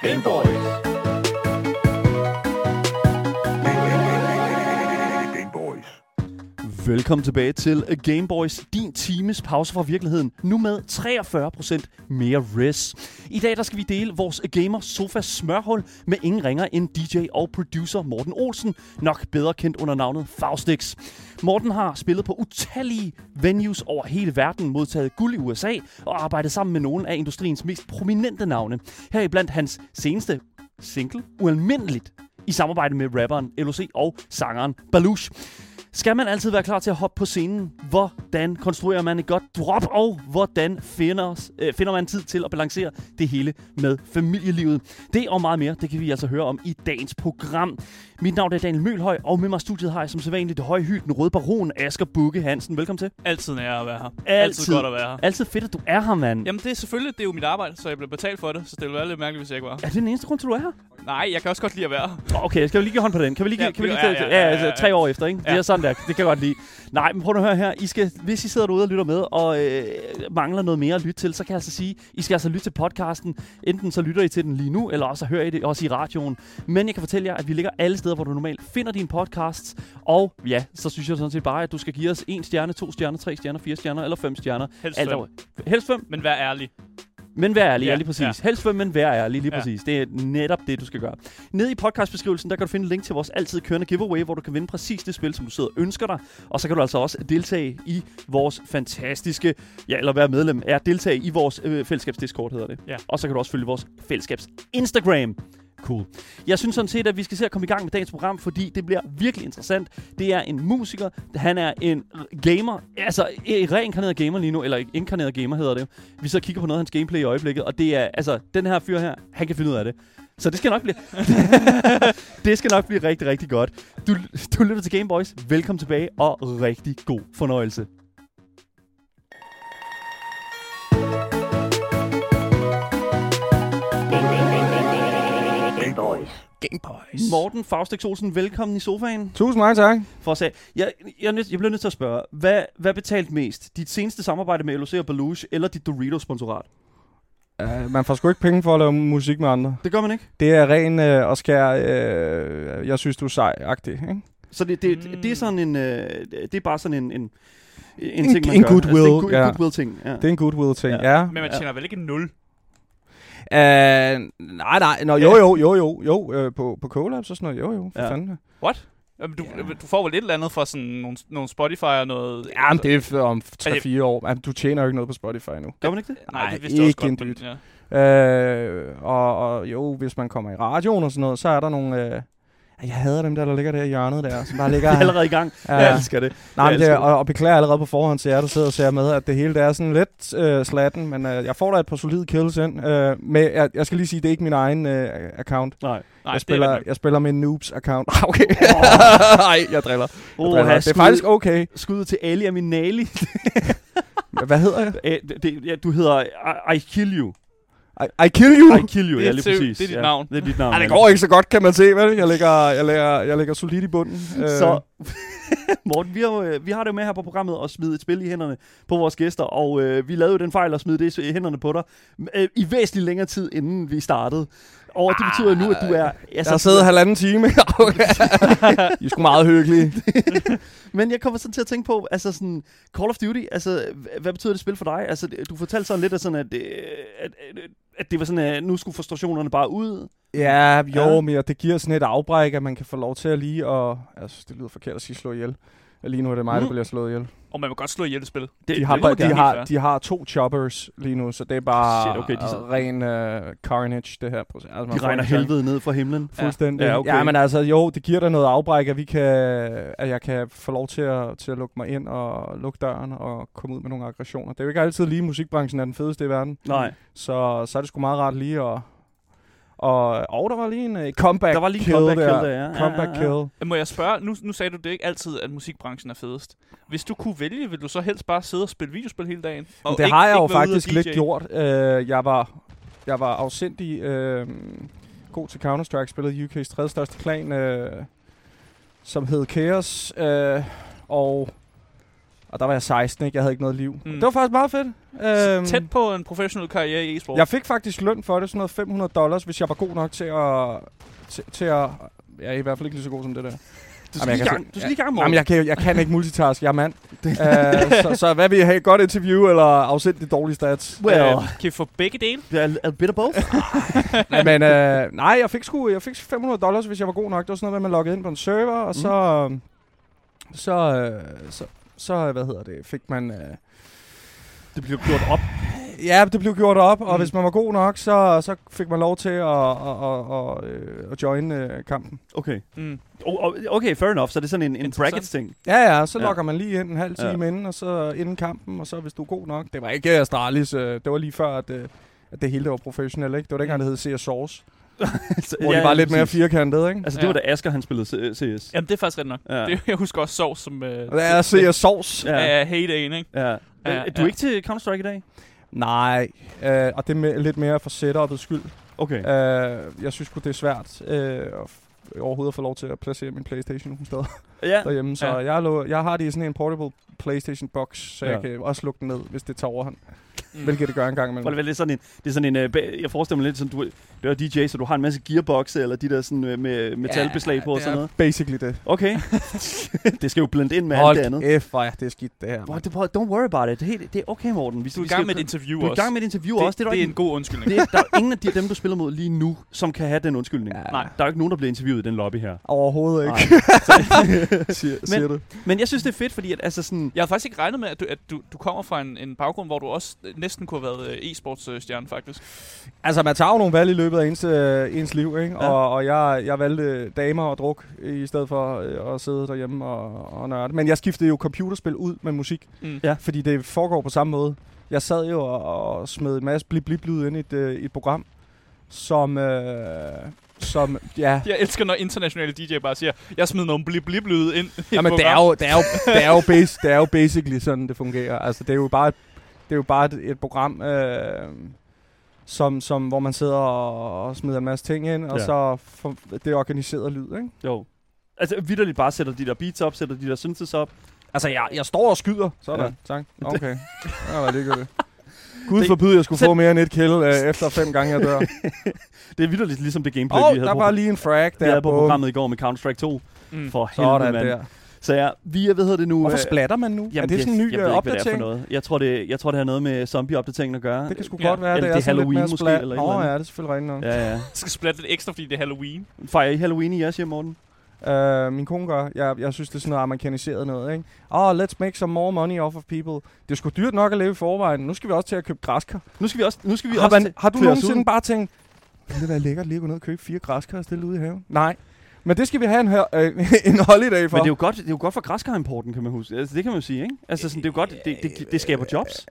Gameboys. Velkommen tilbage til Gameboys, din times pause fra virkeligheden, nu med 43% mere res. I dag der skal vi dele vores gamer sofa smørhul med ingen ringer end DJ og producer Morten Olsen, nok bedre kendt under navnet Faustix. Morten har spillet på utallige venues over hele verden, modtaget guld i USA og arbejdet sammen med nogle af industriens mest prominente navne. Heriblandt hans seneste single, Ualmindeligt, i samarbejde med rapperen LOC og sangeren Baluch. Skal man altid være klar til at hoppe på scenen? Hvordan konstruerer man et godt drop? Og hvordan finder man tid til at balancere det hele med familielivet? Det og meget mere, det kan vi altså høre om i dagens program. Mit navn er Daniel Mølhøj, og med mig i studiet har jeg som sædvanligt det høje den røde baron Asger Bukke Hansen. Velkommen til. Altid en ære at være her. Altid godt at være her. Altid fedt, at du er her, mand. Jamen det er jo mit arbejde, så jeg bliver betalt for det, så det ville være lidt mærkeligt, hvis jeg ikke var. Er det den eneste grund til, du er her? Nej, jeg kan også godt lide at være her. Okay, skal vi lige give hånd på den? Kan vi lige Ja, 3 år efter, ikke? Ja. Det er sådan der. Det kan jeg godt lide. Nej, men prøv at høre her. Hvis I sidder derude og lytter med, og mangler noget mere at lytte til, så kan jeg altså sige, I skal altså lytte til podcasten. Enten så lytter I til den lige nu, eller også hører I det også i radioen. Men jeg kan fortælle jer, at vi ligger alle steder, hvor du normalt finder dine podcasts. Og ja, så synes jeg sådan set bare, at du skal give os 1 stjerne, 2 stjerner, 3 stjerner, 4 stjerner eller 5 stjerner. Helst 5. Men vær ærlig. Men vær ærlig, lige præcis. Ja. Helst 5, men vær ærlig, lige præcis. Det er netop det, du skal gøre. Nede i podcastbeskrivelsen, der kan du finde en link til vores altid kørende giveaway, hvor du kan vinde præcis det spil, som du sidder og ønsker dig. Og så kan du altså også deltage i vores fantastiske, eller være medlem, deltage i vores fællesskabs-discord, hedder det. Ja. Og så kan du også følge vores fællesskabs Instagram. Cool. Jeg synes sådan set, at vi skal se at komme i gang med dagens program, fordi det bliver virkelig interessant. Det er en musiker, han er en gamer, altså en reinkarneret gamer lige nu, eller inkarneret gamer hedder det. Vi så kigger på noget af hans gameplay i øjeblikket, og det er, altså, den her fyr her, han kan finde ud af det. Så det skal nok blive det skal nok blive rigtig, rigtig godt. Du lytter til Gameboys. Velkommen tilbage, og rigtig god fornøjelse. Gameboys. Morten Faustix Olsen, velkommen i sofaen. Tusind mange tak. Jeg bliver nødt til at spørge, hvad betalte mest? Dit seneste samarbejde med LOC og Baluch, eller dit Doritos-sponsorat? Man får sgu ikke penge for at lave musik med andre. Det gør man ikke? Det er ren og skær, jeg synes du er sej-agtig, ikke? Så det er sådan en, det er bare sådan en ting, man en gør. goodwill, altså, det er en goodwill-ting. Ja. Det er en goodwill-ting, ja. Men man tjener vel ikke 0? Nej. Jo. På Collabs og sådan noget, jo. For fanden. What? Du får vel et eller andet fra sådan nogle Spotify og noget... Jamen, det er om 3-4 år. Du tjener jo ikke noget på Spotify nu. Gør man ikke det? Nej, det vidste jeg også godt. Men, og jo, hvis man kommer i radioen og sådan noget, så er der nogle... jeg hader dem der ligger der i hjørnet der, som bare ligger... Det er allerede i gang. Jeg elsker det. Nej, men og beklager allerede på forhånd til jer, der sidder og ser med, at det hele der er sådan lidt slatten, men jeg får da et par solide kills ind. Jeg skal lige sige, det er ikke min egen account. Nej. Jeg spiller med en noobs account. Okay. Nej, jeg driller. Det er faktisk okay. Skud til Ali Aminali. Hvad hedder jeg? Du hedder I Kill You. I kill you? I kill you, ja, lige præcis. Det er dit navn. Det er dit navn. Ej, det går ikke så godt, kan man se, vel? Jeg ligger solid i bunden. Så, Morten, vi har det med her på programmet at smide et spil i hænderne på vores gæster, og vi lavede jo den fejl at smide det i hænderne på dig i væsentlig længere tid, inden vi startede. Og det betyder nu, at du er... Jeg har siddet 1,5 time. I er sgu meget hyggelige. Men jeg kommer sådan til at tænke på, altså sådan, Call of Duty, altså, hvad betyder det spil for dig? Altså, du fortalte sådan lidt af sådan, at det var sådan, at nu skulle frustrationerne bare ud. Ja, men det giver sådan et afbræk, at man kan få lov til at lige og... Altså, det lyder forkert at sige slå ihjel. Lige nu er det mig, der bliver slået ihjel. Og man vil godt slå ihjel i spil. De har 2 choppers lige nu, så det er bare ren carnage, det her proces. Altså, de regner helvede ned fra himlen. Fuldstændig. Ja, okay. Ja, men altså, det giver da noget afbræk, at jeg kan få lov til at lukke mig ind og lukke døren og komme ud med nogle aggressioner. Det er jo ikke altid lige, musikbranchen er den fedeste i verden. Nej. Så er det sgu meget rart lige at... Og der var lige en comeback der var lige kill comeback der. Kill der, ja. Comeback kill. Må jeg spørge, nu sagde du det ikke altid, at musikbranchen er fedest. Hvis du kunne vælge, ville du så helst bare sidde og spille videospil hele dagen? Og det har jeg jo faktisk lidt gjort. Jeg var afsindig god til Counter-Strike, spillede UK's tredje største klan, som hed Chaos. Og Og der var jeg 16, ikke? Jeg havde ikke noget liv. Det var faktisk meget fedt. Tæt på en professionel karriere i e-sport. Jeg fik faktisk løn for det, sådan noget $500, hvis jeg var god nok til at jeg er i hvert fald ikke lige så god som det der. Du skal lige i gang, Morten. Jamen, jeg kan ikke multitask. Jeg er mand. Så hvad vil I have? Godt interview eller afsendt de dårlige stats? Well, kan I få begge dele? A bit of both. Men nej, jeg fik $500, hvis jeg var god nok. Det var sådan noget, at man loggede ind på en server, og så hvad hedder det, fik man... Det blev gjort op. Ja, det blev gjort op, og hvis man var god nok, så fik man lov til at join kampen. Okay. Okay, fair enough. Så det er sådan en brackets-ting. Ja, så logger man lige ind en halv time inden, og så inden kampen, og så hvis du er god nok. Det var ikke Astralis, det var lige før, at det hele var professionelt, ikke? Det var dengang, det hed CS Source. Hvor det var lidt mere firkantet, ikke? Altså, det var da Asger, han spillede CS. Jamen, det er faktisk ret nok. Ja. Jeg husker også Source som... det er CS Source. Ja, hate-en, ikke? Ja. Er du ikke til Counter-Strike i dag? Nej, og det er lidt mere for setupets skyld. Okay. Jeg synes det er svært overhovedet at få lov til at placere min PlayStation nogle steder derhjemme. Så jeg har det i sådan en portable PlayStation box, så jeg kan også lukke den ned, hvis det tager overhånd. Hvilket det gør en gang imellem. Det er sådan en jeg forestiller mig lidt sådan, du er DJ, så du har en masse gearboxe, eller de der sådan med metalbeslag på og sådan noget. Basically det. Okay. Det skal jo blende ind med alt det andet. Det er skidt det her. Don't worry about it. Det er okay, Morten. Du er i gang med et interview også. Du er i gang med et interview også. Det er en god undskyldning. Der er ingen af dem, du spiller mod lige nu, som kan have den undskyldning. Nej. Der er jo ikke nogen, der bliver interviewet i den lobby her. Overhovedet ikke. siger du. Men jeg synes, det er fedt, fordi at, altså sådan... Jeg har faktisk ikke regnet med, at du kommer fra en baggrund, hvor du også næsten kunne have været e-sportsstjerne, faktisk. Altså, man tager jo nogle valg i løbet af ens liv, ikke? Ja. Og jeg valgte damer og druk, i stedet for at sidde derhjemme og nørde. Men jeg skiftede jo computerspil ud med musik, fordi det foregår på samme måde. Jeg sad jo og smed en masse blip-blip-lyd ind i et program, som ja. Jeg elsker, når internationale DJ bare siger, jeg smider nogle blip-blip-lyd ind i et program. Det er jo basically sådan, det fungerer. Altså, det er jo bare et program, hvor man sidder og smider en masse ting ind, og så det er organiseret lyd, ikke? Jo. Altså, vitterligt bare sætter de der beats op, sætter de der synths op. Altså, jeg står og skyder. Sådan, tak. Okay. Det gør det. Gud forbyde, jeg skulle få mere end et kill efter 5 gange, jeg dør. Det er vitterligt ligesom det gameplay, vi havde der var lige en frag der. Vi havde på programmet i går med Counter-Strike 2. For helvede, mand. Der. Så ja, hvad hedder det nu? Hvorfor splatter man nu? Jamen, er det sådan en ny opdatering? Jeg tror, det har noget med zombie-opdateringen at gøre. Det kan sgu godt være, det er Halloween måske. Eller ja, det er selvfølgelig rigtigt nok. Ja. Det skal splatte lidt ekstra, fordi det er Halloween. Fejrer I Halloween i jeres hjem, Morten? Min kone gør. Jeg synes, det er sådan noget amerikaniseret noget, ikke? Let's make some more money off of people. Det er sgu dyrt nok at leve i forvejen. Nu skal vi også til at købe græskar. Nu skal vi også har du nogensinde bare tænkt, det er lækkert lige at gå ned og købe 4 græskar og stille ude i haven? Nej. Men det skal vi have en holiday for. Men det er jo godt for græskarimporten, kan man huske. Altså, det kan man jo sige, ikke? Altså, sådan, det er jo godt, det skaber jobs.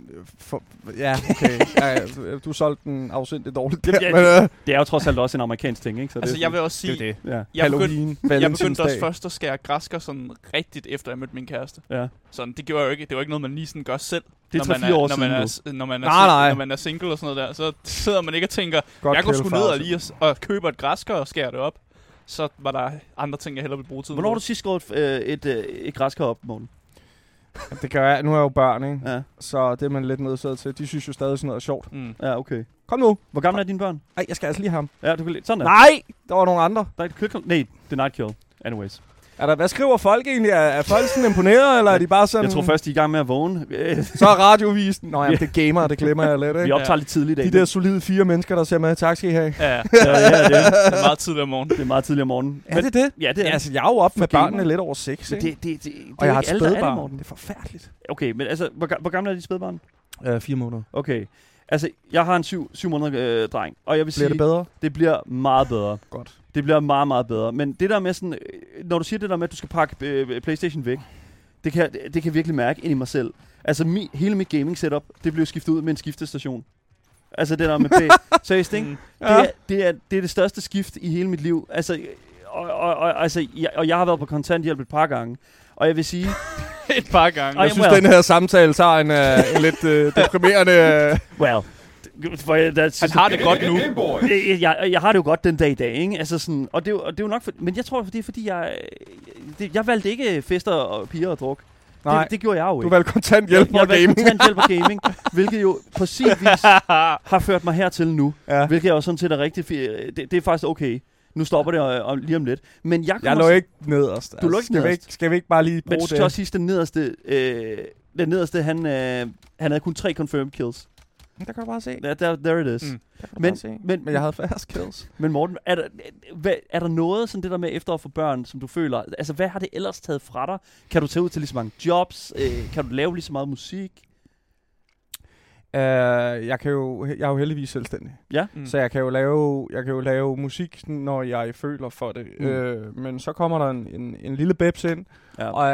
Okay. Du solgte den afsindigt dårligt der. Det er jo trods alt også en amerikansk ting, ikke? Så altså, jeg vil også sige, det. Ja. Jeg begyndte også først at skære græsker sådan rigtigt, efter jeg mødte min kæreste. Ja. Sådan, det gjorde jeg jo ikke. Det var ikke noget, man lige sådan gør selv. Det er 3-4 år siden når man er single og sådan noget der. Så sidder man ikke og tænker, jeg går sgu ned og lige og køber et græsker og skærer det op. Så var der andre ting, jeg hellere ville bruge tiden. Hvornår har du sidst skåret et græskar op, Morten? Det gør jeg. Nu er jeg jo børn, ikke? Ja. Så det er man lidt nødsaget til. De synes jo stadig sådan noget er sjovt. Ja, okay. Kom nu. Hvor gamle er dine børn? Nej, jeg skal altså lige have ham. Ja, du kan sådan der. Nej! Der var nogle andre. Nej, det er Night Kill. Anyways. Hvad skriver folk egentlig? Er folk sådan imponeret, eller er de bare sådan... Jeg tror først, de er i gang med at vågne. Så er radiovisen. Nå ja, det er gamer, det glemmer jeg lidt, ikke? Vi optager lidt tidligt i dag. De der solide 4 mennesker, der ser med, tak skal I have. Ja, det er meget tidligere om morgenen. Det er meget tidligere om morgenen. Er det det? Ja, det er. Altså, jeg er jo op med børnene lidt over 6, ikke? Og jeg har et spædbarn. Det er forfærdeligt. Okay, men altså, hvor gamle er de spædbarn? 4 måneder. Okay. Altså, jeg har en 7 måneder dreng, og jeg vil sige... Bliver det bedre? Det bliver meget bedre. Godt. Det bliver meget, meget bedre. Men det der med sådan... Når du siger det der med, at du skal pakke PlayStation væk, det kan jeg virkelig mærke ind i mig selv. Altså, hele mit gaming setup, det blev skiftet ud med en skiftestation. Altså, det der med... Seriøst, ikke? Det er det største skift i hele mit liv. Altså, og jeg har været på kontanthjælp et par gange. Og jeg vil sige... et par gange. Jeg synes, den her samtale tager en lidt deprimerende... Well... Han har det godt nu. Jeg har det jo godt den dag i dag, ikke? Altså sådan, og det er jo nok, men jeg tror, det er fordi jeg valgte ikke fester og piger og druk. Nej, det gjorde jeg jo ikke. Du valgte kontanthjælp og gaming. Jeg valgte kontanthjælp og gaming, hvilket jo på sin vis har ført mig hertil nu. Ja. Hvilket jo sådan set er rigtig det er faktisk okay. Nu stopper det lige om lidt. Men jeg lå ikke nederst. Du lå ikke nederst. Skal vi ikke bare lige bruge det? Men du skal også sige, den nederste, han havde kun 3 confirmed kills. Der kan du bare se. There it is. Men jeg havde færre kills. Men Morten, er der noget sådan det der med efter at få børn, som du føler, altså hvad har det ellers taget fra dig? Kan du tage ud til lige så mange jobs? Kan du lave lige så meget musik? Jeg er jo heldigvis selvstændig. Ja. Så jeg kan jo lave musik, når jeg føler for det. Men så kommer der en lille bebs ind, og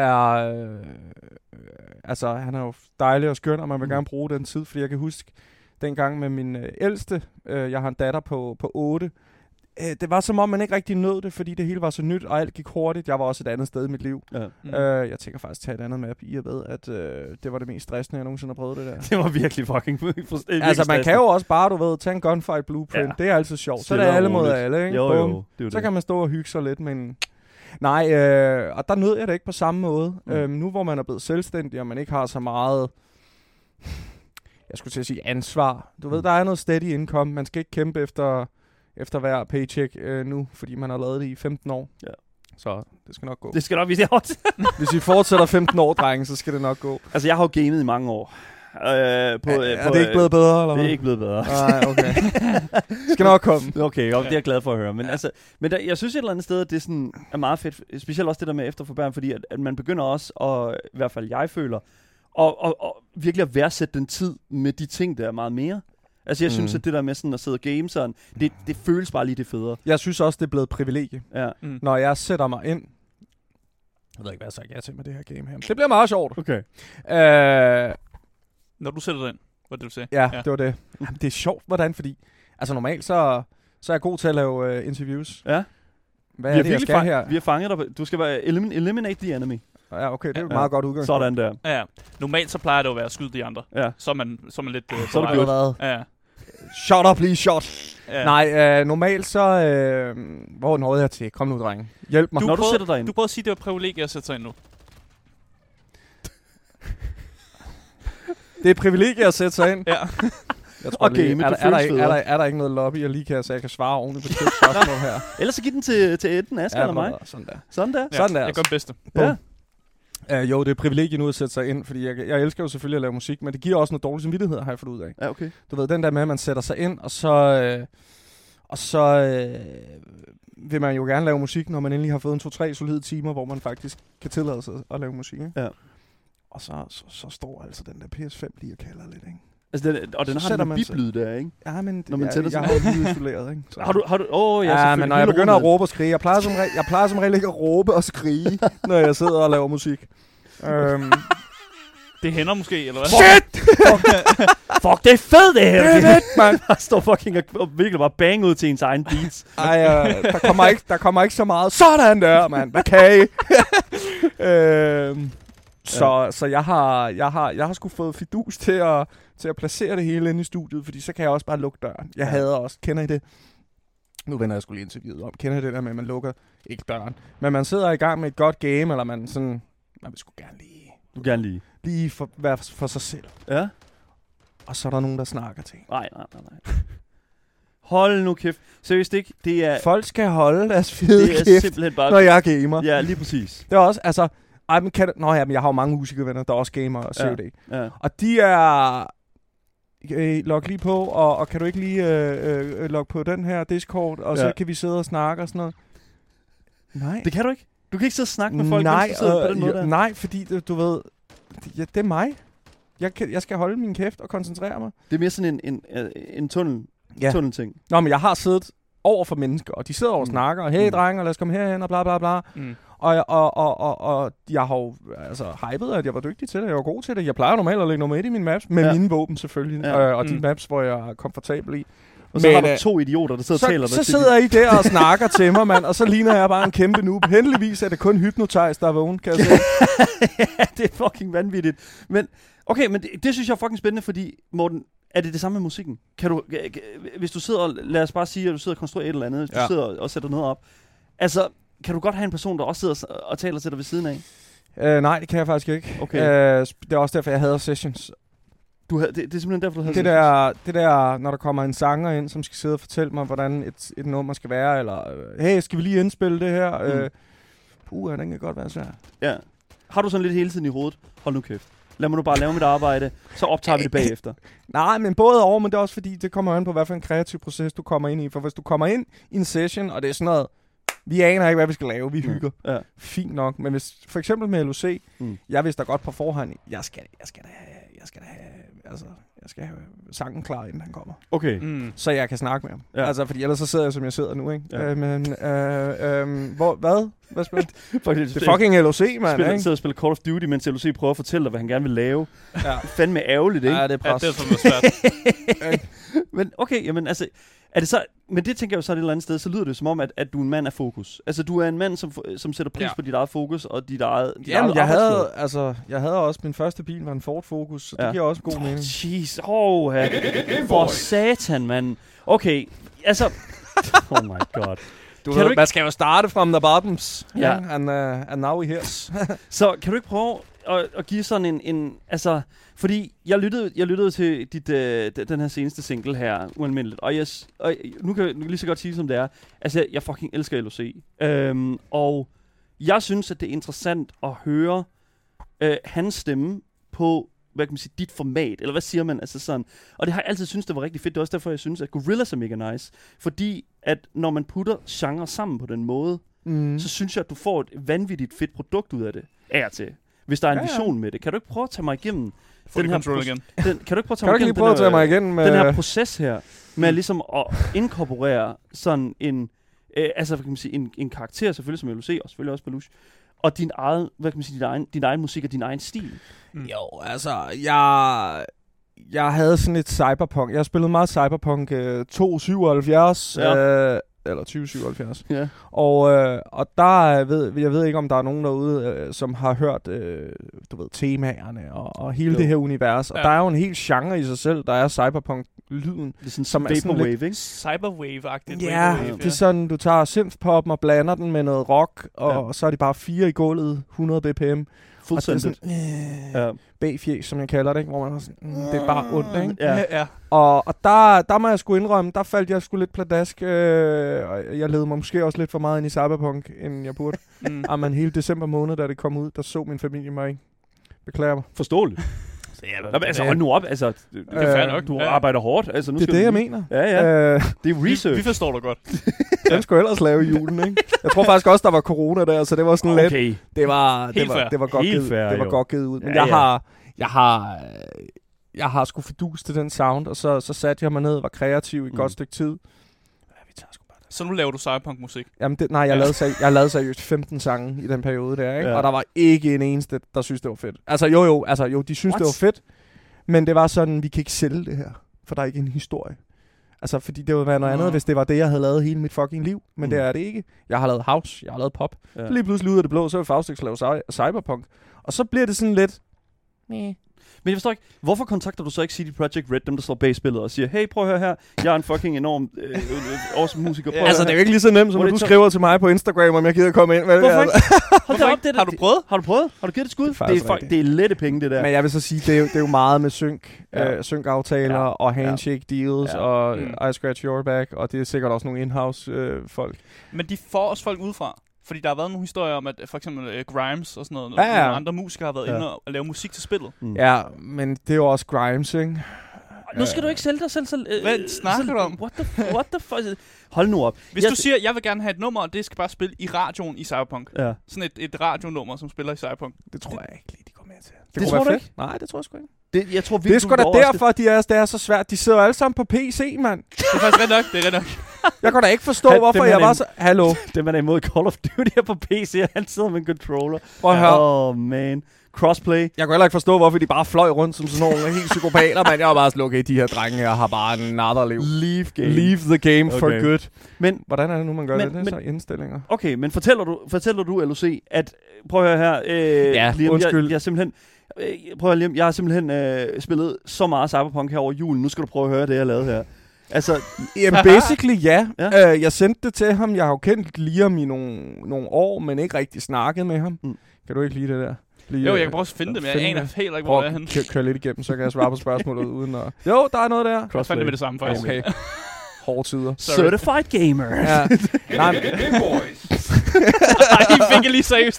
altså han er jo dejlig og skøn, og man vil gerne bruge den tid, fordi jeg kan huske dengang med min ældste, jeg har en datter på 8. Det var som om, man ikke rigtig nåede det, fordi det hele var så nyt, og alt gik hurtigt. Jeg var også et andet sted i mit liv. Ja. Jeg tænker faktisk at tage et andet map i og ved, at det var det mest stressende, jeg nogensinde har prøvet det der. Det var virkelig fucking altså, man kan jo også bare, du ved, tage en gunfight blueprint. Ja. Det er altid sjovt. Så det er alle mod alle, ikke? Jo, så kan man stå og hygge sig lidt, men... Nej, og der nød jeg det ikke på samme måde. Nu hvor man er blevet selvstændig, og man ikke har så meget... Jeg skulle til at sige ansvar. Du ved, der er noget steady income. Man skal ikke kæmpe efter hver paycheck nu, fordi man har lavet det i 15 år. Ja. Så det skal nok gå. Det skal nok, hvis I fortsætter 15 år, drenge, så skal det nok gå. Altså, jeg har jo gamet i mange år. Er det ikke blevet bedre, eller hvad? Det er ikke blevet bedre. Nej, okay. Skal nok komme. Okay, det er jeg glad for at høre. Men, altså, jeg synes et eller andet sted, at det sådan er meget fedt. Specielt også det der med efter for børn, fordi at man begynder også, og i hvert fald jeg føler, og virkelig at værdsætte den tid med de ting, der er meget mere. Altså jeg synes, at det der med sådan at sidde og game sådan, det føles bare lige det federe. Jeg synes også, det er blevet et privilegie. Ja. Når jeg sætter mig ind. Jeg ved ikke, hvad jeg sagde til med det her game her. Det bliver meget sjovt. Okay. Når du sætter dig ind, hvad det du sige? Ja, det var det. Jamen, det er sjovt, hvordan, fordi... Altså normalt, så er jeg god til at lave interviews. Ja. Hvad er det, jeg skal her? Vi har fanget dig. Du skal være eliminate the enemy. Ja, okay, det er et meget godt udgangspunkt. Sådan der. Ja, normalt så plejer det at være at skyde de andre. Ja. Så er man lidt... så er det godt. Ja. Shut up, please, shot. Ja. Nej, normalt så... hvor nåede jeg til? Kom nu, drenge. Hjælp mig. Når du sætter dig ind. Du prøver at sige, at det var privilegie at sætte sig ind nu. Det er privilegie at sætte sig ind. Ja. Jeg tror, er der ikke noget lobby, jeg lige kan, så jeg kan svare ordentligt på det spørgsmål her? Ellers så giv den til enten Asger eller mig. Sådan der. Sådan der? Ja, sådan der. Jeg gør det bedste. Ja. Jo, det er privilegie nu at sætte sig ind, fordi jeg elsker jo selvfølgelig at lave musik, men det giver også noget dårlig samvittighed, har jeg fået ud af. Ja, okay. Du ved, den der med, at man sætter sig ind, og så vil man jo gerne lave musik, når man endelig har fået 2-3 solide timer, hvor man faktisk kan tillade sig at lave musik, ikke? Ja. Og så står altså den der PS5 lige og kalder lidt, ikke? Altså den har den biblyd der, ikke? Ja, men når man jeg har jo isoleret, ikke? Så. Har du? Ja, men når jeg begynder at råbe og skrige, jeg plejer som regel ikke at råbe og skrige, når jeg sidder og laver musik. Det hænder måske, eller hvad? Shit! Fuck, det er fedt, det her! Det er fedt, man! Der står fucking og virkelig bare bang ud til ens egen beats. Ej, der kommer ikke så meget. Sådan der, mand. Hvad kan I? Så jeg har sgu fået fidus til at placere det hele inde i studiet, fordi så kan jeg også bare lukke døren. Jeg hader også. Kender I det? Nu vender jeg sgu lige interviewet om. Kender I det der med, at man lukker ikke døren? Men man sidder i gang med et godt game, eller man sådan... Man vil sgu gerne lige... Du vil gerne lige være for sig selv. Ja. Og så er der nogen, der snakker til. Nej. Hold nu kæft. Seriøst ikke? Det er... Folk skal holde deres fede kæft, bare... når jeg gamer. Ja, lige præcis. Det er også, altså... men jeg har jo mange musikervenner, der også gamer og COD. Ja. Og de er... log lige på, og kan du ikke lige logge på den her Discord, og så kan vi sidde og snakke og sådan noget. Nej. Det kan du ikke? Du kan ikke sidde og snakke med folk, mens du sidder på den måde der? Nej, fordi du ved... det er mig. Jeg skal holde min kæft og koncentrere mig. Det er mere sådan en tunnelting. Nå, men jeg har siddet over for mennesker, og de sidder og snakker, og hey drenge, lad os komme herhen, og bla bla bla. Og jeg har jo altså hypet, at jeg var dygtig til det, jeg var god til det. Jeg plejer normalt at lægge nummer 1 i mine maps, med mine våben selvfølgelig, og de maps, hvor jeg er komfortabel i. Og så har du 2 idioter, der sidder og taler. Så sidder I der og snakker til mig, mand, og så ligner jeg bare en kæmpe noob. Heldigvis er det kun Hypnotize, der er vågen, kan jeg sige. Ja, det er fucking vanvittigt. Men okay, men det synes jeg er fucking spændende, fordi Morten, er det samme med musikken? Kan du, hvis du sidder og, lad os bare sige, at du sidder og konstruerer et eller andet, hvis du sidder og sætter noget op, altså, kan du godt have en person, der også sidder og taler til dig ved siden af? Nej, det kan jeg faktisk ikke. Okay. Det er også derfor, jeg hader sessions. Det er simpelthen derfor, du hader det der, når der kommer en sanger ind, som skal sidde og fortælle mig, hvordan et nummer skal være, eller hey, skal vi lige indspille det her? Den kan godt være svær. Ja. Har du sådan lidt hele tiden i hovedet? Hold nu kæft. Lad mig nu bare lave mit arbejde, så optager vi det bagefter. Nej, men både over, men det er også fordi, det kommer an på, hvad for en kreativ proces, du kommer ind i. For hvis du kommer ind i en session, og det er sådan noget, vi aner ikke, hvad vi skal lave, vi hygger. Ja. Fint nok. Men hvis for eksempel med LOC, jeg vidste da godt på forhånd, jeg skal have sangen klar, inden han kommer. Okay. Så jeg kan snakke med ham. Ja. Altså, fordi ellers så sidder jeg, som jeg sidder nu, ikke? Ja. Hvad spiller det? Det er fucking LOC, mand, ikke? Sidder og spiller Call of Duty, mens LOC prøver at fortælle dig, hvad han gerne vil lave. Ja. Fandme ærgerligt, ikke? Ja, det er pres. Ja, det er svært. Men okay, jamen altså, er det så, men det tænker jeg jo så et eller andet sted, så lyder det som om, at du er en mand af fokus. Altså, du er en mand, som sætter pris på dit eget fokus, og dit eget jeg havde også, min første bil var en Ford Focus, så det giver også god mening. Jeez, for satan, mand. Okay, altså, oh my god. Man skal jo starte from the bottoms, and now we here. Så kan du ikke prøve at give sådan en altså, fordi jeg lyttede til den her seneste single her, Ualmindeligt, og nu kan jeg lige så godt sige, som det er. Altså, jeg fucking elsker LOC. Og jeg synes, at det er interessant at høre hans stemme på, hvad kan man sige, dit format, eller hvad siger man, altså sådan. Og det har jeg altid syntes, det var rigtig fedt. Det er også derfor, jeg synes, at Gorillaz er mega nice. Fordi, at når man putter genre sammen på den måde, så synes jeg, at du får et vanvittigt fedt produkt ud af det. Af til. Hvis der er en vision med det. Kan du ikke prøve at tage mig igennem den her den her proces her, med ligesom at inkorporere sådan en, altså hvad kan man sige, en karakter selvfølgelig som LOC, og selvfølgelig også Baluch, og din egen, hvad kan man sige, din egen musik og din egen stil. Jo, altså, jeg havde sådan et cyberpunk. Jeg spillede meget cyberpunk 277, eller 2077. Ja. Og der jeg ved ikke, om der er nogen derude, som har hørt, temaerne og hele det her univers. Og der er jo en hel genre i sig selv, der er cyberpunk-lyden. Det er sådan som vaporwave, ikke? Cyberwave-agtigt. Ja, det er sådan, du tager synthpoppen og blander den med noget rock, og så er det bare 4 i gulvet, 100 bpm. Fuldstændigt. B-fjæs, som jeg kalder det, ikke? Hvor man det er bare ondt, ikke? Ja. Og der må jeg sgu indrømme, der faldt jeg sgu lidt pladask, og jeg ledte mig måske også lidt for meget ind i cyberpunk, end jeg burde. Men hele december måned, da det kom ud, der så min familie mig ikke. Beklager mig. Forståeligt. Altså, hold nu op. Altså, det er fair nok. Du arbejder hårdt. Altså, nu det er det, jeg mener. Ja. Det er research. Vi forstår dig godt. Den skulle ellers lave i julen, ikke? Jeg tror faktisk også, der var corona der, så det var sådan lidt. Det var godt givet ud. Men jeg har sgu fidus til den sound, og så satte jeg mig ned og var kreativ i et godt stykke tid. Så nu laver du cyberpunk-musik? Jamen, jeg lavede seriøst 15 sange i den periode der, ikke? Ja. Og der var ikke en eneste, der synes det var fedt. Altså jo, de synes det var fedt, men det var sådan, vi kan ikke sælge det her, for der er ikke en historie. Altså, fordi det ville være noget andet, hvis det var det, jeg havde lavet hele mit fucking liv, men det er det ikke. Jeg har lavet house, jeg har lavet pop. Så lige pludselig ud af det blå, så vil Faustix lave cyberpunk. Og så bliver det sådan lidt... Men jeg forstår ikke, hvorfor kontakter du så ikke CD Projekt Red, dem der står bag spillet, og siger, hey, prøv at høre her, jeg er en fucking enorm awesome musiker. Altså, det er jo ikke lige så nemt, som når du skriver til mig på Instagram, om jeg gider komme ind. Hvorfor ikke? Har du prøvet? Har du givet det et skud? Det er lette penge, det der. Men jeg vil så sige, det er jo meget med sync-aftaler og handshake deals og I scratch your back, og det er sikkert også nogle in-house folk. Men de får også folk udefra. Fordi der har været nogle historier om, at for eksempel Grimes og sådan noget, nogle andre musikere har været inde og lave musik til spillet. Ja, men det er jo også Grimes, ikke? Nu skal du ikke sælge dig selv. Hvad snakker du om? What the fuck? Hold nu op. Hvis du siger, jeg vil gerne have et nummer, og det skal bare spille i radioen i Cyberpunk. Ja. Sådan et radionummer, som spiller i Cyberpunk. Det tror jeg ikke lige, de går med til. Det tror du ikke? Nej, det tror jeg sgu ikke. Det er sgu da derfor, det er så svært. De sidder alle sammen på PC, mand. Det er faktisk ret nok. Jeg kan da ikke forstå, hvorfor jeg var så... Hallo? Det man er imod Call of Duty her på PC, og han sidder med en controller. Prøv at høre. Man. Crossplay. Jeg kan heller ikke forstå, hvorfor de bare fløj rundt som sådan nogle helt psykopater, men jeg var bare sådan, okay, de her drenge her har bare en natterliv. Leave the game for good. Men hvordan er det nu, man gør det? Det er så indstillinger. Okay, men fortæller du LOC, at... Prøv at høre her. Liam, undskyld. Jeg simpelthen... Prøv at Liam, jeg har simpelthen spillet så meget Cyberpunk her over julen. Nu skal du prøve at høre det, jeg lavede her. Altså, basically ja. Jeg sendte det til ham. Jeg har jo kendt Liam i nogle år, men ikke rigtig snakket med ham. Kan du ikke lide det der? Jo, jeg kan prøve at finde det, men jeg aner helt ikke, hvor det er henne. Kør lidt igennem, så kan jeg svare på spørgsmålet uden at... Jo, der er noget der. Jeg fandt det med det samme, faktisk. Okay. Hårde tider. Certified gamer. Ja. Nej, Big boys. I fik lige seriøst.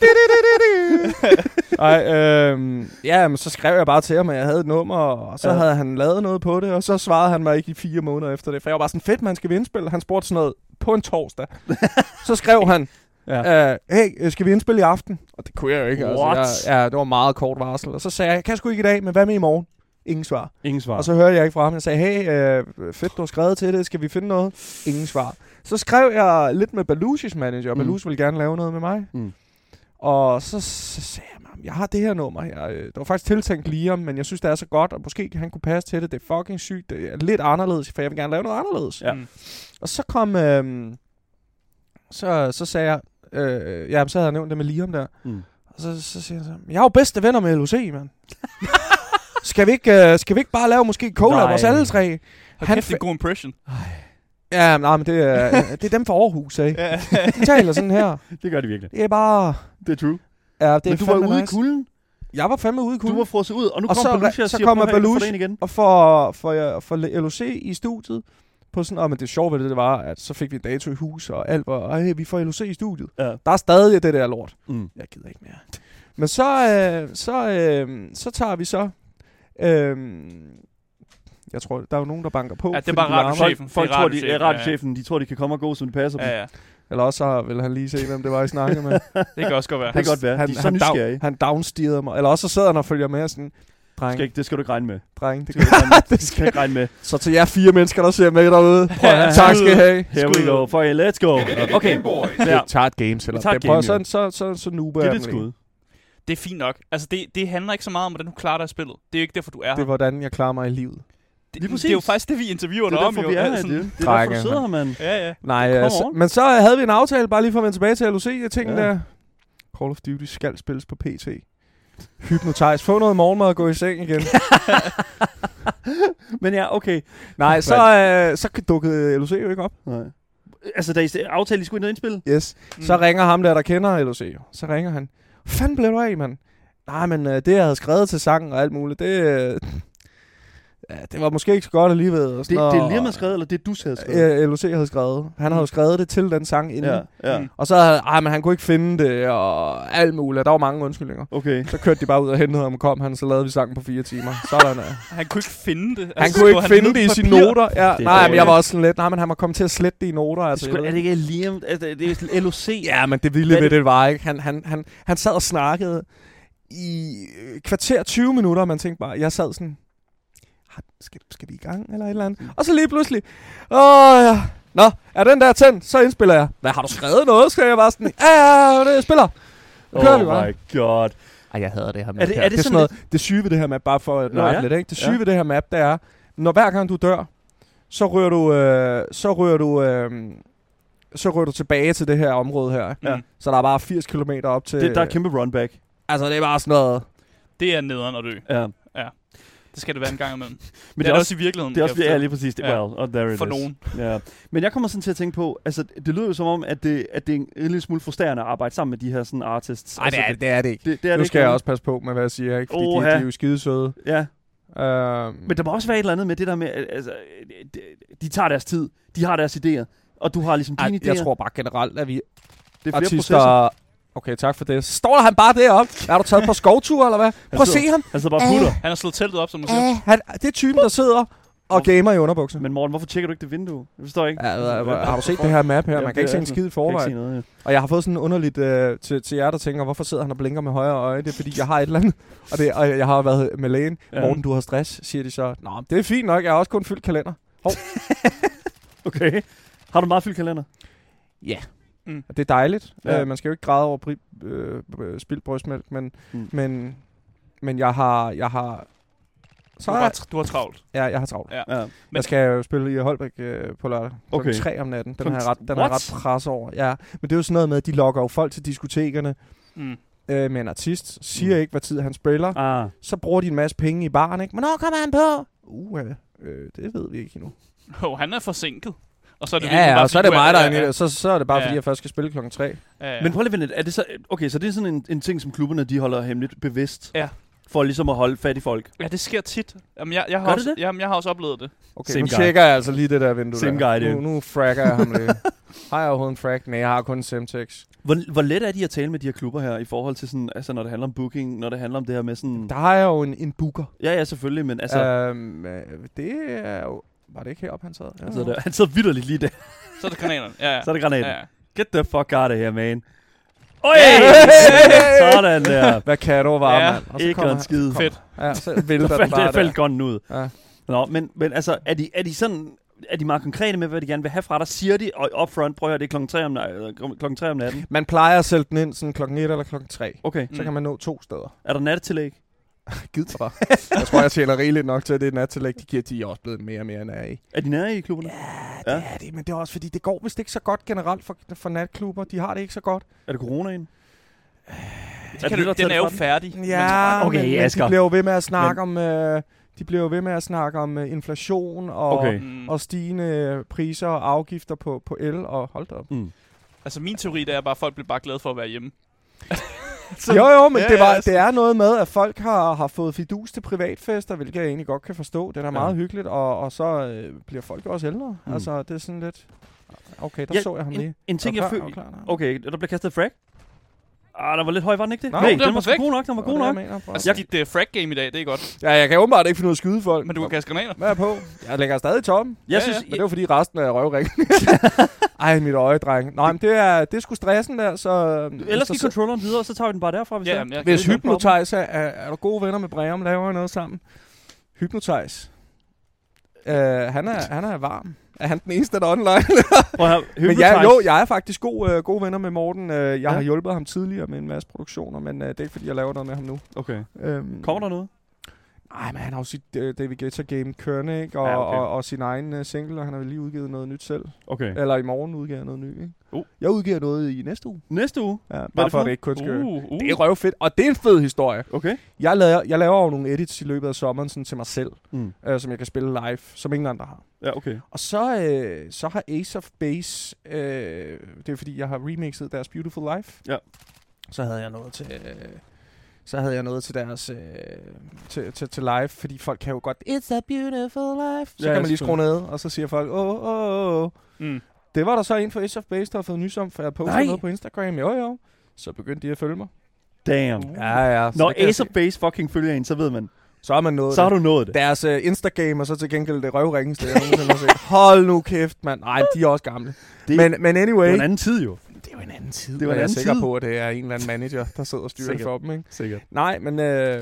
Men så skrev jeg bare til ham, at jeg havde et nummer, og så havde han lavet noget på det, og så svarede han mig ikke i 4 måneder efter det. For jeg var bare sådan, fedt, man skal vi indspille. Han spurgte sådan noget på en torsdag. Så skrev han, hey, skal vi indspille i aften? Og det kunne jeg jo ikke. Altså, det var meget kort varsel. Og så sagde jeg kan sgu ikke i dag, men hvad med i morgen? Ingen svar. Og så hørte jeg ikke fra ham. Jeg sagde, hey, fedt, du har skrevet til det. Skal vi finde noget? Ingen svar. Så skrev jeg lidt med Belushis manager, og Belushi ville gerne lave noget med mig. Og så sagde jeg, jeg har det her nummer her. Det var faktisk tiltænkt Liam, men jeg synes, det er så godt, og måske han kunne passe til det. Det er fucking sygt. Det er lidt anderledes, for jeg vil gerne lave noget anderledes. Ja. Og så kom... Så sagde jeg... så havde jeg nævnt det med Liam der. Og så siger jeg så... Jeg er jo bedste venner med LOC, mand. Skal vi ikke bare lave måske collab os alle tre? Han fik en god impression. Ja, men det er dem fra Aarhus, ikke? De taler sådan her. Det gør de virkelig. Det er bare... Det er true. Ja, det men du var ude i kulden? Jeg var fandme ude i kulden. Du var frosset ud, og nu kom Belushi og siger, kommer Belushi igen. Og for LOC i studiet, på sådan, men det sjove ved det var, at så fik vi en dato i hus, og alt var, hey, vi får LOC i studiet. Ja. Der er stadig det der lort. Jeg gider ikke mere. Men så tager vi så... jeg tror, der er jo nogen, der banker på. Ja, det er bare radiochefen. Folk tror, radiochefen, de tror, de kan komme og gå, som det passer dem. Ja. Eller også vil han lige se, hvem det var, I snakkede med. Det kan også godt være. Det kan godt være. De er så nysgerrige. Han downsteerede mig. Eller også så sidder han og følger med sådan... Dreng. Det skal du ikke regne med. Dreng, det skal du ikke regne med. Så til jer 4 mennesker, der ser med derude. Tak skal I have. Here we go. Let's go. Okay. Vi tager et game til dig. Prøv så nuber jeg det skud. Det er fint nok. Altså, det handler ikke så meget om, hvordan du klarer dig i spillet. Det er jo ikke derfor, du er her. Det er, hvordan jeg klarer mig i livet. Det er jo faktisk det, vi interviewer dig om. Det er derfor, vi er her. Det er derfor, du sidder her, mand. Ja. Nej, men så havde vi en aftale, bare lige for at vende tilbage til LOC. Jeg tænkte, Call of Duty skal spilles på PC. Hypnotize. Få noget morgenmad og gå i seng igen. Men ja, okay. Nej, så dukkede LOC jo ikke op. Nej. Altså, da I aftalte, I skulle ind og indspille? Yes. Så ringer ham der kender LOC. Så ringer han. Hvad fanden blev du af, mand? Nej, men det, jeg havde skrevet til sangen og alt muligt, det var måske ikke så godt alligevel. Og det er Liam havde skrevet, eller det du havde skrevet? LOC havde skrevet. Han havde jo skrevet det til den sang inden. Ja. Og så men han kunne ikke finde det, og alt muligt. Der var mange undskyldninger. Okay. Så kørte de bare ud og hentede ham og kom så lavede vi sangen på 4 timer. Sådan Han kunne ikke finde det? Han kunne ikke finde det i sine noter. Ja. Nej, men jeg var også sådan lidt, men han var kommet til at slette det i noter. Altså, er det ikke Liam? Det er LOC? Ja, men det vilde ved det var ikke. Han sad og snakkede i kvarter 20 minutter, og man tænkte bare, jeg sad sådan... Skal vi i gang, eller et eller andet? Og så lige pludselig, nå, er den der tændt, så indspiller jeg. Hvad, har du skrevet noget? Skal jeg bare sådan, det spiller. Oh my god. Ej, jeg hader det her map. Er det sådan noget? Det syge ved det her map, bare for at nørde lidt, ikke? Det syge ved det her map, det er, når hver gang du dør, så rører du tilbage til det her område her. Ja. Så der er bare 80 kilometer op til... Der er kæmpe runback. Altså, det er bare sådan noget... Det er nederen at dø. Ja. Det skal det være en gang imellem. Men det er også i virkeligheden. Det er også lige præcis. There it for is. nogen. Ja. Men jeg kommer sådan til at tænke på, altså det lyder jo som om, at det er en lille smule frustrerende at arbejde sammen med de her sådan artists. Nej, altså, det er det ikke. Det nu skal jeg også passe på med, hvad jeg siger, ikke? Fordi de er jo skidesøde. Ja. Men der må også være et eller andet med det der med, altså, de tager deres tid, de har deres idéer, og du har ligesom dine idéer. Jeg tror bare generelt, at vi det er flere processer. Okay, tak for det. Står der han bare deroppe? Er du taget på skovtur, eller hvad? Prøv at se ham. Han sidder bare putter. Han har slået teltet op, som du siger. Det er typen, der sidder og gamer i underbukser. Men Morten, hvorfor tjekker du ikke det vindue? Jeg forstår ikke. Har du set det her map her? Man kan ikke se en skid i forvejen. Noget, Og jeg har fået sådan underligt til jer, der tænker, hvorfor sidder han og blinker med højre øje? Det er fordi, jeg har et eller andet. Og jeg har været med lægen. Morten, du har stress, siger de så. Nå, det er fint nok. Jeg har også kun fyldt kalender. Okay. Har du meget fyldt kalender? Ja. Det er dejligt. Man skal jo ikke græde over spildt brystmælk, men jeg har du har travlt. Ja, jeg har travlt. Ja. Jeg skal jo spille i Holbæk på lørdag kl. 3 om natten. Den er jeg ret pres over. Ja, men det er jo sådan noget med, at de lokker jo folk til diskotekerne med en artist. Siger ikke, hvad tid han spiller. Så bruger de en masse penge i baren, ikke? Men når kommer han på? Det ved vi ikke endnu. Han er forsinket. Og så er det og så er det mig, der er så er det bare, fordi jeg først skal spille klokken 3. Ja. Men prøv lige at vente, er det så... Okay, så det er sådan en ting, som klubberne, de holder hemmeligt bevidst. Ja. For ligesom at holde fat i folk. Ja, det sker tit. Jamen, jeg har også oplevet det. Okay, nu tjekker jeg altså lige det der vindue der. Nu fragger jeg ham lidt. Har jeg overhovedet en frag? Nej, jeg har kun en Semtex. Hvor let er de at tale med de her klubber her, i forhold til sådan, altså når det handler om booking, når det handler om det her med sådan... Der har jeg jo en booker. Ja, selvfølgelig, men altså... det er jo... Var det ikke heroppe, han sad? Ja. Han sidder vitterligt lige der. Så er det granaterne. Ja. Så er det granaterne. Ja. Get the fuck out of here, man. Sådan der. Hvad kan du varme, mand? Og så ikke en skid. Fedt. Ja, så vælter den bare der. Faldt gunnen ud. Ja. Nå, men altså, er de sådan... Er de meget konkrete med, hvad de gerne vil have fra dig? Siger de, og upfront, prøv at høre, det er klokken 3 om natten? Man plejer at sælge den ind sådan klokken 1 eller klokken 3. Okay. Så kan man nå 2 steder. Er der nattillæg? Gid for. Jeg tror, jeg tjener rigeligt nok til, at det er nattillæg. De er også blevet mere og mere nære i. Er de nære i klubberne? Ja, det er det, men det er også fordi, det går vist ikke så godt generelt for natklubber. De har det ikke så godt. Er det coronaen? Den er jo færdig. Ja, okay, men de bliver jo ved med at snakke om... De bliver jo ved med at snakke om inflation og stigende priser og afgifter på el og hold da op. Altså min teori, det er bare, at folk bliver bare glade for at være hjemme. Jo, men det er noget med, at folk har fået fidus til privatfester, hvilket jeg egentlig godt kan forstå. Det er meget hyggeligt, og så bliver folk også ældre. Altså, det er sådan lidt... Okay, der så jeg ham lige. En ting, jeg føler... Okay, der bliver kastet frag. Der var lidt høj, var den ikke det? Nej, den var god nok, den var god nok. Altså, dit frag-game i dag, det er godt. Ja, jeg kan åbenbart ikke finde ud af at skyde folk. Men du kan kaste granater. Hvad er på? Jeg ligger stadig i toppen. Jeg synes, men det var fordi resten er røvring. Ej, mit øje, dreng. Nej, men det er sgu stressen der, så... Ellers giver controlleren videre, så tager vi den bare derfra, hvis Hypnotize er du gode venner med Breum, laver noget sammen. Hypnotize. Han er varm. Er han den eneste, der er online? Men jeg er faktisk gode venner med Morten. Jeg har hjulpet ham tidligere med en masse produktioner, men det er ikke, fordi jeg laver noget med ham nu. Okay. Kommer der noget? Nej, men han har jo sit David Guetta game kørende, ikke? Og sin egen single, og han har lige udgivet noget nyt selv. Okay. Eller i morgen udgiver jeg noget nyt, ikke? Jeg udgiver noget i næste uge. Næste uge? Ja, bare for at det ikke kun skal... Det er røvfedt, og det er en fed historie. Okay. Jeg laver jo nogle edits i løbet af sommeren sådan til mig selv, som jeg kan spille live, som ingen andre har. Ja, okay. Og så har Ace of Base, det er fordi, jeg har remixet deres Beautiful Life. Ja. Så havde jeg noget til deres til live, fordi folk kan jo godt It's a beautiful life. Så kan man lige skrue ned, og så siger folk Det var der så en for Ace of Base, der har fået nys om, for jeg postede noget på Instagram. Jo. Så begyndte de at følge mig. Damn. Ja. Når Ace of Base fucking følger en, så ved man. Så har man nået så har du nået det. Deres Instagram og så til gengæld det røvringens hold nu kæft, mand. Nej, de er også gamle. Men anyway. Det var en anden tid jo. Det er jo en anden tid. Det var jeg er sikker på, at det er en eller anden manager, der sidder og styrer for dem, ikke? Sikkert. Nej, men...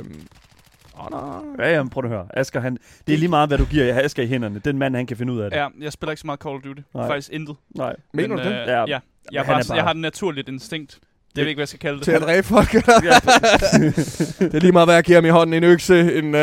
Ja, prøv at høre. Asger, det er lige meget, hvad du giver Asger i hænderne. Den mand, han kan finde ud af det. Ja, jeg spiller ikke så meget Call of Duty. Faktisk intet. Nej. Mener du det? Ja. Jeg har den naturligt instinkt. Det ved ikke, hvad jeg skal kalde det. Til at dræbe folk. Det er lige meget, hvad jeg giver ham i hånden. En økse, en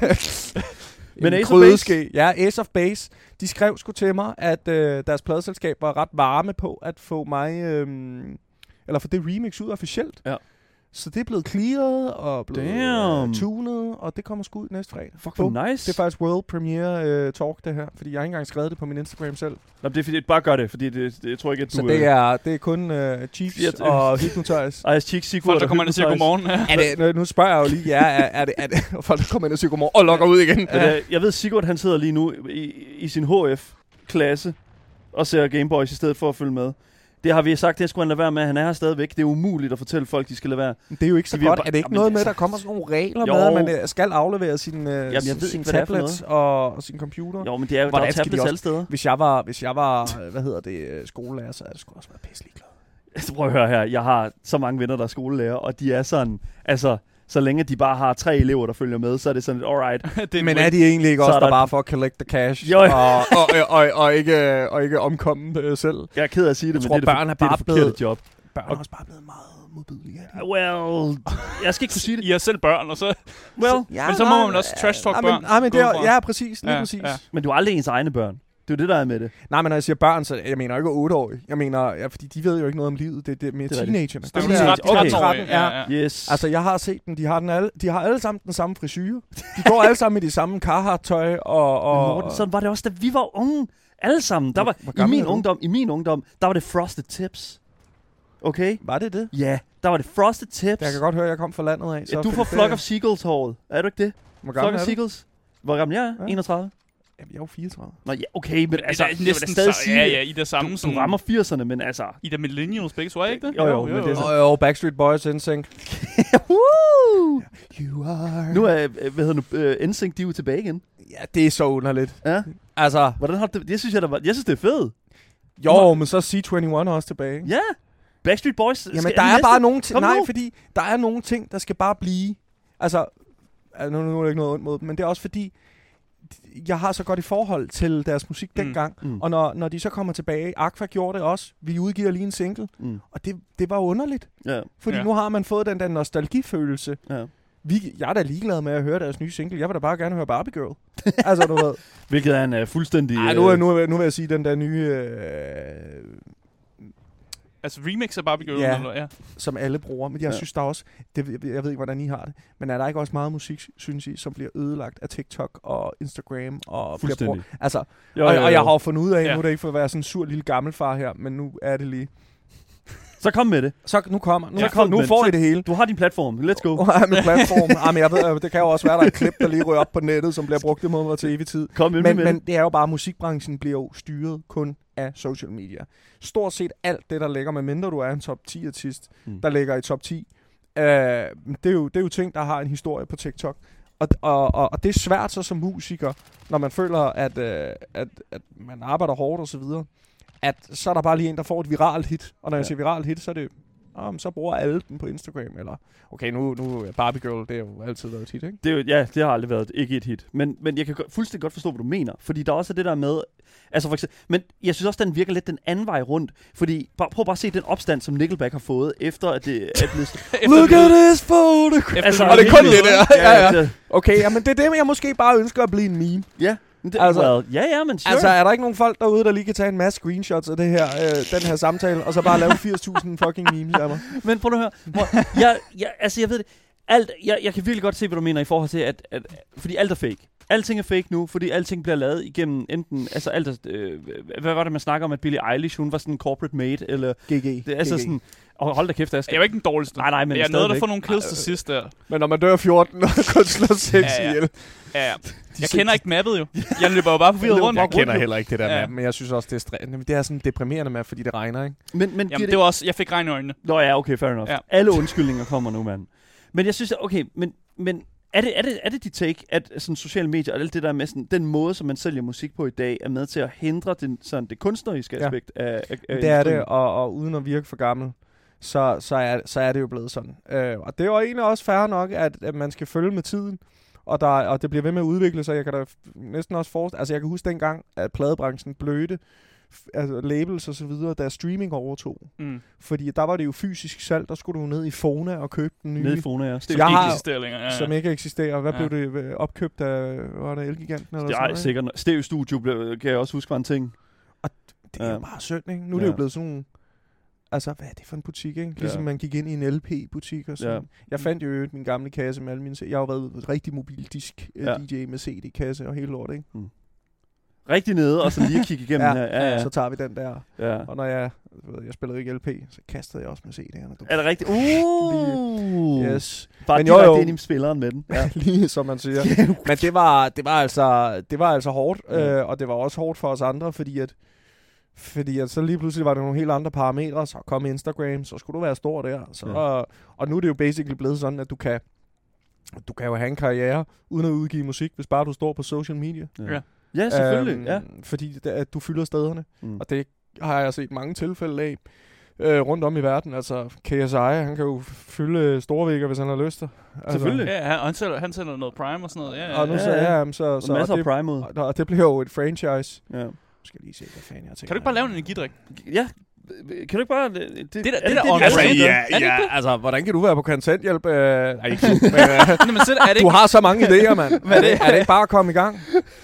krydeske. Ja, Ace of Base. De skrev sgu til mig, at deres pladeselskab var ret varme på at få mig... eller få det remix ud officielt. Ja. Så det er blevet clearet og blevet tunet, og det kommer sgu ud næste fredag. Fuck, nice. Det er faktisk world premiere talk, det her. Fordi jeg har ikke engang skrevet det på min Instagram selv. Nå, det er fordi, bare gør det, fordi det jeg tror ikke, at du... Så det er kun Cheeks og Hypnotize. Ej, Cheeks, Sigurd folk, der kommer ind og siger godmorgen. Nu spørger jeg jo lige, er det folk, der kommer ind og siger godmorgen og logger ud igen? Jeg ved, Sigurd, han sidder lige nu i sin HF-klasse og ser Gameboys i stedet for at følge med. Det har vi sagt, det skulle han lade være med. Han er her stadigvæk. Det er umuligt at fortælle folk, de skal lade være. Det er jo ikke så godt. Er det ikke noget med, der kommer sådan nogle regler med, at man skal aflevere sin tablets og sin computer? Jo, men det er jo, der er tablets alle steder. Hvis jeg var, skolelærer, så er det sgu også være pisselig glad. Prøv at høre her. Jeg har så mange venner, der er skolelærer, og de er sådan, altså... Så længe de bare har 3 elever, der følger med, så er det sådan et alright. Men er de egentlig ikke også der bare for at collect the cash og ikke omkomme selv? Jeg er ked af at sige det, men det er det forkerte job. Børn er også bare blevet meget modbydelige. Well, jeg skal ikke kunne sige det. I er selv børn, og så... men så må man også trash talk børn. Ja, præcis. Lige præcis. Men du er aldrig ens egne børn. Det er det, der er med det. Nej, men når jeg siger børn, så jeg mener ikke 8-årige. Jeg mener, fordi de ved jo ikke noget om livet. Det er mere teenagerne. Det er 13-årige. Ja. Yes. Altså, jeg har set dem. De har alle sammen den samme frisyre. De går alle sammen i de samme Carhartt-tøj. Og Morten, sådan var det også, da vi var unge. Alle sammen. Der var, i min ungdom, der var det Frosted Tips. Okay? Var det det? Ja, der var det Frosted Tips. Jeg kan godt høre, at jeg kom fra landet af. Ja, du får Flock of Seagulls-håret. Er du ikke det? Hvor gammel Flock of Seagulls? Hvor gammel jeg er? Ja. 31? Jamen, jeg er jo 34. Nå ja, okay, men altså, det er næsten stadig sige, ja, i det samme. Du rammer 80'erne, men altså... I det millennials begge, så er ikke det? Jo, men det er så... Jo, Backstreet Boys, NSYNC. Woo! You are... Nu er, NSYNC, de er jo tilbage igen. Ja, det er så underligt. Ja. Altså... Hvordan har det... Jeg synes, det er fedt. Jo, men så er C21 også tilbage. Ja. Backstreet Boys... Jamen, der er bare nogle ting... Nej, fordi der er nogle ting, der skal bare blive... Altså... Nu er det ikke noget ondt mod dem, men det er også fordi... Jeg har så godt i forhold til deres musik dengang, og når de så kommer tilbage, Aqua gjorde det også, vi udgiver lige en single, og det var underligt, fordi nu har man fået den der nostalgifølelse. Ja. Jeg er da ligeglad med at høre deres nye single, jeg vil da bare gerne høre Barbie Girl. Altså, du ved. Hvilket er en fuldstændig... Nu vil jeg sige, den der nye... Altså remix af Barbie Girl? Ja, eller? Ja, som alle bruger. Men jeg synes der også, jeg ved ikke, hvordan I har det, men er der ikke også meget musik, synes I, som bliver ødelagt af TikTok og Instagram? Og fuldstændig. Altså, og jeg har jo fundet ud af, nu er det ikke for at være sådan en sur lille gammelfar her, men nu er det lige. Så kom med det. Nu får I det hele. Du har din platform. Let's go. Min platform. Men jeg ved, det kan jo også være, der er et klip, der lige ryger op på nettet, som bliver brugt imod mig til evig tid. Men det er jo bare, at musikbranchen bliver jo styret kun af social media. Stort set alt det, der ligger, med mindre du er en top 10 artist, der ligger i top 10, det er jo ting, der har en historie på TikTok. Og det er svært så som musiker, når man føler, at man arbejder hårdt og så videre, at så er der bare lige en, der får et viralt hit. Og når jeg siger viralt hit, så er det så bruger alle den på Instagram. Eller, okay, nu Barbie Girl, det er jo altid været et hit, ikke? Det har aldrig været ikke et hit. Men jeg kan fuldstændig godt forstå, hvad du mener. Fordi der også er det der med... Altså for eksempel, men jeg synes også, den virker lidt den anden vej rundt. Fordi prøv bare at se den opstand, som Nickelback har fået, efter at det er blevet... Look at this photo! Altså, og det er kun det der. Ja. Okay, jamen det er det, jeg måske bare ønsker at blive en meme. Ja. Men sure. Altså, er der ikke nogen folk derude, der lige kan tage en masse screenshots af det her, den her samtale, og så bare lave 80.000 fucking memes af mig? Men prøv at høre. Jeg ved det. Jeg kan virkelig godt se, hvad du mener i forhold til, at fordi alt er fake. Alting er fake nu, fordi alting bliver lavet igennem enten... Altså alt hvad var det, man snakker om, at Billie Eilish, hun var sådan en corporate mate, eller... GG. Det er altså sådan... Hold da kæft, Asger. Jeg er jo ikke den dårligste. Nej, men jeg er nødt til at få nogle kills til sidst der. Men når man dør 14, og kun slår 6 ihjel. Ja. Jeg kender ikke mappet jo. Jeg løber jo bare forvirret rundt. Jeg kender heller ikke det der map, men jeg synes også, det er sådan deprimerende map, fordi det regner, ikke? Men jamen, det var også... Jeg fik regn i øjnene. Nå ja, okay, fair enough. Ja. Alle undskyldninger kommer nu, mand. Men jeg synes, okay, men er det dit take, at sådan sociale medier og alt det der med sådan, den måde, som man sælger musik på i dag, er med til at hindre det kunstneriske aspekt af det er det, og uden at virke for gammel, så er det jo blevet sådan. Og det er jo egentlig også fair nok, at man skal følge med tiden, og det bliver ved med at udvikle sig. Jeg kan da næsten også forestille... Altså, jeg kan huske dengang, at pladebranchen blødte, altså labels og så videre, da streaming overtog. Fordi der var det jo fysisk salg, der skulle du ned i Fona og købe den nye. Ned i Fona, ja. Det ikke eksisterer længere. Som ikke eksisterer. Hvad blev det opkøbt af, var det Elgiganten eller sådan noget? Sikkert. Stereo Studio kan jeg også huske var en ting. Og det er jo bare synd, ikke? Nu er det jo blevet sådan... Altså, hvad er det for en butik, ikke? Ligesom man gik ind i en LP-butik og sådan. Ja. Jeg fandt jo min gamle kasse med alle mine... Jeg har jo været rigtig mobildisk DJ med CD-kasse og hele lort, ikke? Rigtig nede, og så lige kigge igennem her. Ja. Så tager vi den der. Ja. Og når jeg spillede ikke LP, så kastede jeg også med CD'erne. Er det rigtigt? Yes. Bare direkte ind i spilleren med den. Ja. Lige som man siger. Men det var altså hårdt, og det var også hårdt for os andre, fordi at så lige pludselig var der nogle helt andre parametre, så kom Instagram, så skulle du være stor der. Så, og nu er det jo basically blevet sådan, at du kan jo have en karriere, uden at udgive musik, hvis bare du står på social media. Ja, selvfølgelig. Fordi at du fylder stederne. Og det har jeg set mange tilfælde af rundt om i verden. Altså KSI, han kan jo fylde Storvægger, hvis han har lyst til. Altså, selvfølgelig. Ja, han sælger noget Prime og sådan noget. Ja. Og nu så masser af Prime ud. Og det bliver jo et franchise. Ja. Skal lige se, hvad fanden jeg tænker. Kan du ikke bare lave en energidrik? Ja. Kan du ikke bare... Det der on-brand. Altså, hvordan kan du være på kontanthjælp? Nej, ikke du. Du har så mange idéer, mand. Er det ikke bare at komme i gang?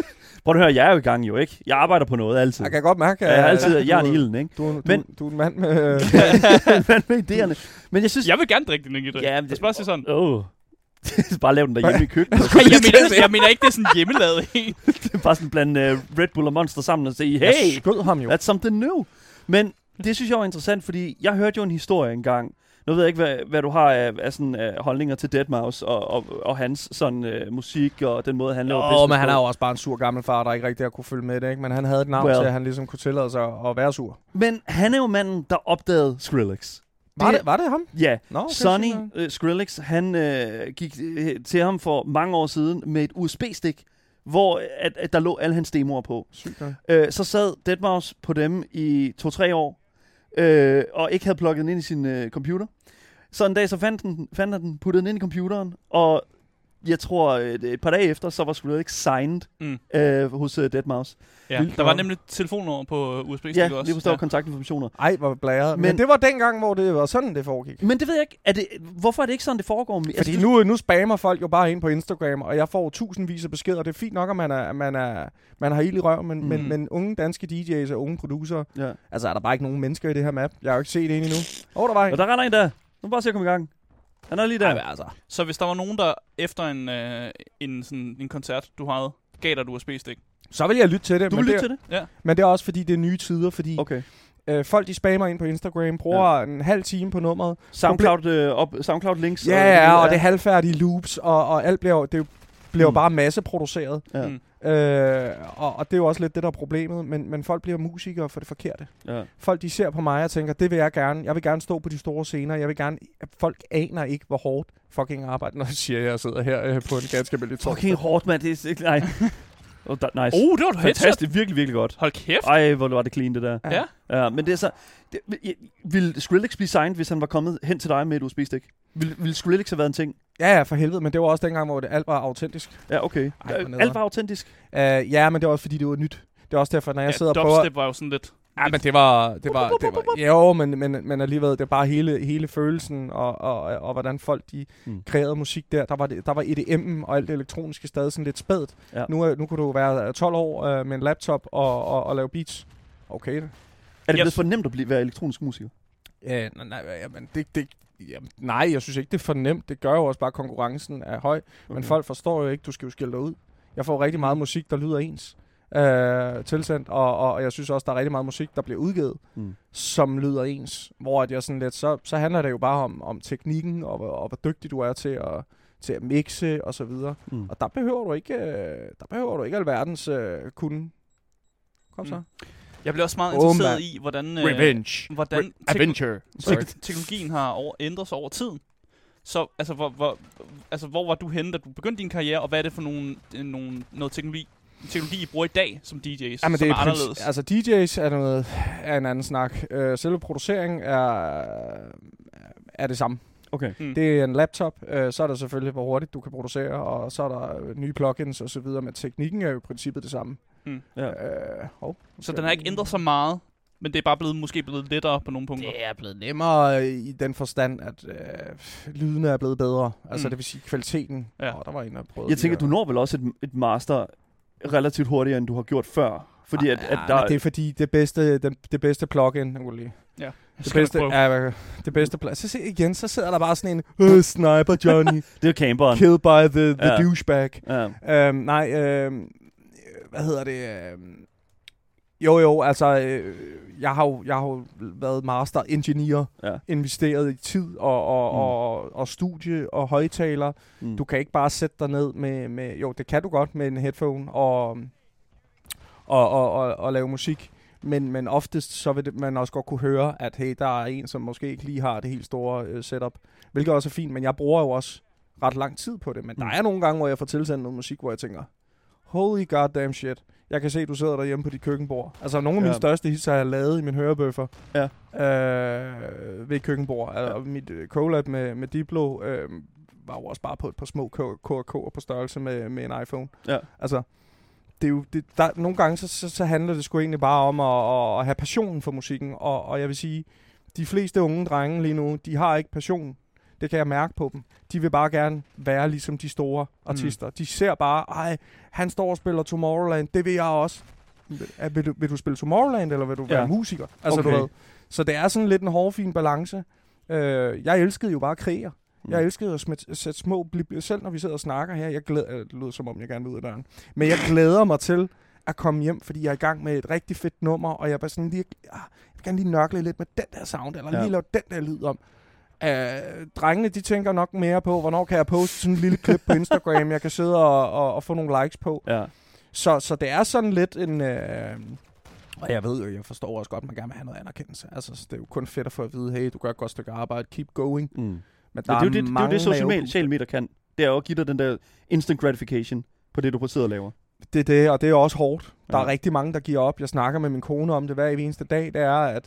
Prøv at høre, jeg er jo i gang jo, ikke? Jeg arbejder på noget altid. Jeg kan godt mærke, jeg er altid jern i ilden, ikke? Du er en mand med... mand med idéerne. Men jeg synes... Jeg vil gerne drikke din energi. Ja, det er bare sådan. Bare lave den derhjemme i køkkenet. jeg mener ikke, det er sådan hjemmelavet en. Det er bare sådan blandt Red Bull og Monster sammen og sige, hey, skød ham jo. That's something new. Men det synes jeg var interessant, fordi jeg hørte jo en historie engang. Nu ved jeg ikke, hvad du har af sådan, holdninger til Deadmau5 og hans sådan, musik og den måde, han laver business. Men han er jo også bare en sur gammel far, der ikke rigtig har kunne følge med det, ikke? Men han havde et navn til, at han ligesom kunne tillade sig at være sur. Men han er jo manden, der opdagede Skrillex. Var det ham? Ja. Okay, Sonny Skrillex, han gik til ham for mange år siden med et USB-stik, hvor at der lå alle hans demoer på. Sygt, så sad Deadmau5 på dem i 2-3 år, og ikke havde plugget den ind i sin computer. Så en dag så fandt han den, puttede den ind i computeren, og jeg tror et par dage efter, så var Skrillex signed hos Deadmau5. Ja, der var nemlig telefonnummer på USB-stik også. Ja, lige på kontaktinformationer. Ej, hvor blæret. Men det var dengang, hvor det var sådan, det foregik. Men det ved jeg ikke. Hvorfor er det ikke sådan, det foregår? Fordi nu spammer folk jo bare ind på Instagram, og jeg får tusindvis af beskeder. Det er fint nok, at man har ild i røv, men unge danske DJ's og unge producer, altså er der bare ikke nogen mennesker i det her map. Jeg har jo ikke set en endnu. Der var en. Og der render en der. Nu bare se at komme i gang. Han er lige der. Ej, altså. Så hvis der var nogen, der efter en koncert, du havde, gav dig et USB-stik, så vil jeg lytte til det. Du vil lytte til det? Ja. Men det er også fordi, det er nye tider, fordi folk de spammer ind på Instagram, bruger en halv time på nummeret. SoundCloud links. Ja, og det er halvfærdige loops, og alt bliver bare masseproduceret. Ja. Og det er jo også lidt det, der er problemet, men folk bliver musikere for det forkerte. Ja. Folk de ser på mig og tænker, det vil jeg gerne. Jeg vil gerne stå på de store scener. Jeg vil gerne... Folk aner ikke, hvor hårdt fucking arbejde, når jeg siger, at jeg sidder her på en ganske almindelig torsdag. Fucking hårdt, mand. Det er ikke... Nej. Nice. Det var du fantastisk. Virkelig, virkelig godt. Hold kæft. Ej, hvor var det clean, det der. Ja. Men det er så... Vil Skrillex blive signed, hvis han var kommet hen til dig med et USB-stik? Vil Skrillex have været en ting? Ja, for helvede, men det var også dengang, hvor alt var autentisk. Ja, okay. Alt var autentisk? Ja, men det var også, fordi det var nyt. Det er også derfor, når jeg sidder og prøver... Dubstep var jo sådan lidt... Ja, men det var jo, men alligevel, det er bare hele følelsen, og hvordan folk de kreerede musik der. Der var EDM'en og alt det elektroniske stadig sådan lidt spædt. Ja. Nu kunne du være 12 år med en laptop og lave beats. Okay. Er det blevet for nemt at være elektronisk musiker? Nej, jeg synes ikke, det er for nemt. Det gør jo også bare, at konkurrencen er høj. Okay. Men folk forstår jo ikke, du skal jo skille dig ud. Jeg får rigtig meget musik, der lyder ens. Tilsendt, og jeg synes også, der er rigtig meget musik, der bliver udgivet, som lyder ens. Hvor at jeg sådan lidt, så handler det jo bare om teknikken, og hvor dygtig du er til at mixe, og så videre. Og der behøver du ikke alverdens kunne. Kom så. Jeg bliver også meget interesseret i, hvordan teknologien har ændret sig over tiden. Så altså, hvor var du henne, da du begyndte din karriere, og hvad er det for noget teknologi, I bruger i dag som DJ's, som er anderledes? Altså DJ's er en anden snak. Selve produceringen er det samme. Okay. Det er en laptop, så er der selvfølgelig, hvor hurtigt du kan producere, og så er der nye plugins og så videre, men teknikken er jo i princippet det samme. Så den har ikke ændret så meget, men det er bare måske blevet lettere på nogle punkter? Det er blevet nemmere i den forstand, at lydene er blevet bedre. Altså det vil sige kvaliteten. Ja. Der var en, der prøvede. Jeg tænker, du når vel også et master relativt hurtigere, end du har gjort før? Fordi det er fordi det bedste plugin, ja. Det bedste plads. Så sidder der bare sådan en sniper Johnny. Det er camperen. Killed by the douchebag. Ja. Hvad hedder det? Jo, altså jeg har jo været master engineer, investeret i tid og studie og højtaler. Du kan ikke bare sætte dig ned med jo, det kan du godt med en headphone og lave musik. Men oftest så vil man også godt kunne høre, at hey, der er en, som måske ikke lige har det helt store setup. Hvilket også er fint, men jeg bruger jo også ret lang tid på det. Men der er nogle gange, hvor jeg får tilsendt noget musik, hvor jeg tænker, holy goddamn shit. Jeg kan se, at du sidder derhjemme på dit køkkenbord. Altså nogle af mine største hits har jeg lavet i min hørebøffer ved køkkenbord. Altså, mit collab med Diplo var jo også bare på et par små KK'er på størrelse med en iPhone. Ja. Altså, det er jo, nogle gange så handler det sgu egentlig bare om at have passionen for musikken. Og jeg vil sige, de fleste unge drenge lige nu, de har ikke passion. Det kan jeg mærke på dem. De vil bare gerne være ligesom de store artister. De ser bare, han står og spiller Tomorrowland, det vil jeg også. Vil du spille Tomorrowland, eller vil du være musiker? Altså, okay. du ved. Så det er sådan lidt en hårfin balance. Jeg elskede jo bare at kreere. Jeg elskede at sætte små selv når vi sidder og snakker her. Det lyder som om, jeg gerne vil ud af døren. Men jeg glæder mig til at komme hjem, fordi jeg er i gang med et rigtig fedt nummer, og jeg bare sådan lige, jeg vil gerne lige nørkle lidt med den der sound, eller lige lave den der lyd om. Drengene, de tænker nok mere på, hvornår kan jeg poste sådan en lille klip på Instagram, jeg kan sidde og få nogle likes på. Ja. Så det er sådan lidt en... og jeg ved jo, jeg forstår også godt, at man gerne vil have noget anerkendelse. Altså, så det er jo kun fedt at få at vide, hey, du gør et godt stykke arbejde, keep going. Men det er jo det sociale medier kan. Det er jo at give dig den der instant gratification på det, du sidder og laver. Det er det, og det er også hårdt. Der er rigtig mange, der giver op. Jeg snakker med min kone om det hver eneste dag. Det er, at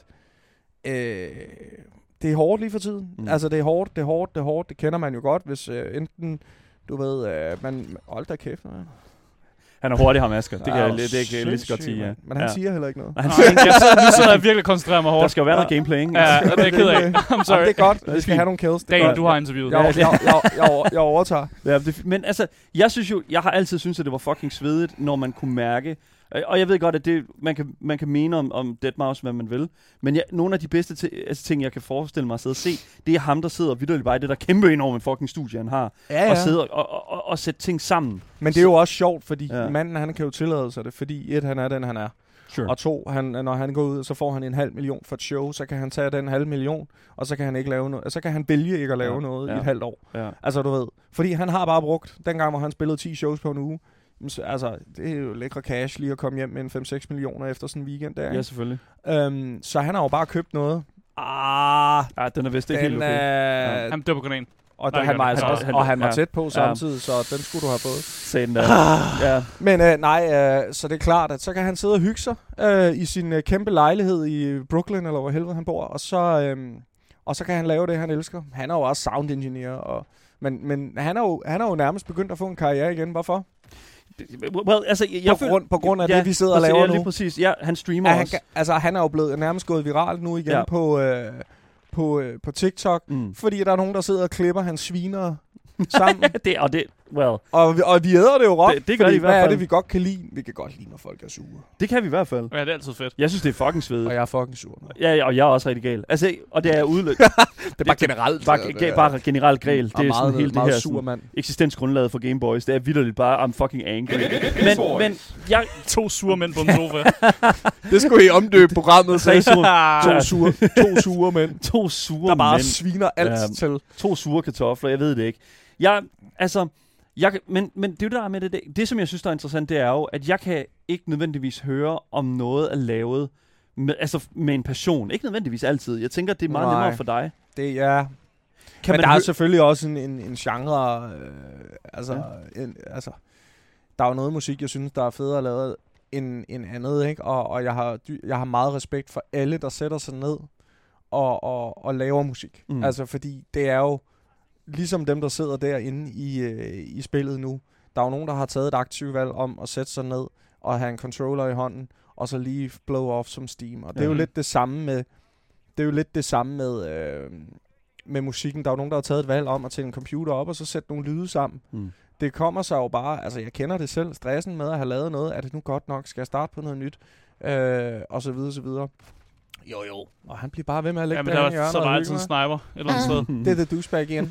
det er hårdt lige for tiden. Altså, det er hårdt. Det kender man jo godt, hvis enten, du ved, man... Hold da kæft, man. Han er hurtig, ham Asger. Det kan jeg lige så godt sige, ja. Men han siger heller ikke noget. Nu sidder jeg virkelig koncentreret mig hårdt. Der skal jo være noget gameplay, ikke? Ja, det er ked af. I'm sorry. Det er godt. Vi skal have nogle kills. Dan, du har interviewet. Jeg overtager. Ja, men altså, jeg har altid syntes, at det var fucking svedigt, når man kunne mærke. Og jeg ved godt, at det, man kan mene om Deadmau5, hvad man vil. Men nogle af de bedste ting, jeg kan forestille mig at sidde og se, det er ham, der sidder vitterligt bare i det der kæmpe enorme fucking studie, han har. Ja. Og sidder og sætte ting sammen. Men det er jo også sjovt, fordi manden, han kan jo tillade sig det, fordi han er den, han er. Sure. Og 2, når han går ud, så får han 500.000 for et show, så kan han tage den 500.000, og så kan han ikke lave noget. Så kan han vælge ikke at lave noget i et halvt år. Ja. Altså, du ved. Fordi han har bare brugt, dengang hvor han spillede 10 shows på en uge, altså, det er jo lækre cash lige at komme hjem med en 5-6 millioner efter sådan en weekend der. Ja, selvfølgelig. Så han har jo bare købt noget. Den er vist ikke helt okay. Han dør på grøn. Og han var tæt på samtidig, så den skulle du have fået. Sagde den der. Ja. Men så det er klart, at så kan han sidde og hygge sig i sin kæmpe lejlighed i Brooklyn, eller hvor helvede han bor, og så kan han lave det, han elsker. Han er jo også sound engineer, men han er jo nærmest begyndt at få en karriere igen. Hvorfor? Well, altså, på grund af det, vi sidder og laver nu. Lige præcis. Ja, han streamer også. Han er jo blevet nærmest gået viralt nu igen på TikTok, fordi der er nogen, der sidder og klipper hans sviner sammen. Og vi æder det jo råt, det gør de i hvert fald. Hvad er det, vi godt kan lide? Vi kan godt lide, når folk er sure. Det kan vi i hvert fald. Ja, det er altid fedt. Jeg synes, det er fucking svedigt. Og jeg er fucking sur. Ja, og jeg er også rigtig gal. Altså, og det er udløb. Det er bare generelt. Bare generelt græl. Det er sådan meget, hele det her sådan, eksistensgrundlaget for Game Boys. Det er vitterligt bare, I'm fucking angry. men jeg... 2 sure mænd på en sofa. Det skulle I omdøbe programmet til. 2 sure mænd. 2 sure mænd. Der bare sviner alt til. 2 sure kartofler, jeg ved det ikke. Men det er jo der med det, som jeg synes, der er interessant, det er jo, at jeg kan ikke nødvendigvis høre, om noget er lavet med en passion. Ikke nødvendigvis altid. Jeg tænker, det er meget nemmere for dig. Det er... Men der er selvfølgelig også en genre... der er jo noget musik, jeg synes, der er federe lavet end andet, ikke? Og jeg har meget respekt for alle, der sætter sig ned og laver musik. Altså, fordi det er jo... Ligesom dem, der sidder derinde i spillet nu. Der er jo nogen, der har taget et aktivt valg om at sætte sig ned og have en controller i hånden, og så lige blow off som Steam. Og det er jo lidt det samme med... med musikken. Der er jo nogen, der har taget et valg om at tage en computer op, og så sætte nogle lyde sammen. Det kommer sig jo bare... Altså, jeg kender det selv. Stressen med at have lavet noget. Er det nu godt nok? Skal jeg starte på noget nyt? Og så videre, så videre. Jo. Og han bliver bare ved med at lægge det her i hjørnet. Så er der altid en sniper et eller andet sted. Det er the douchebag igen.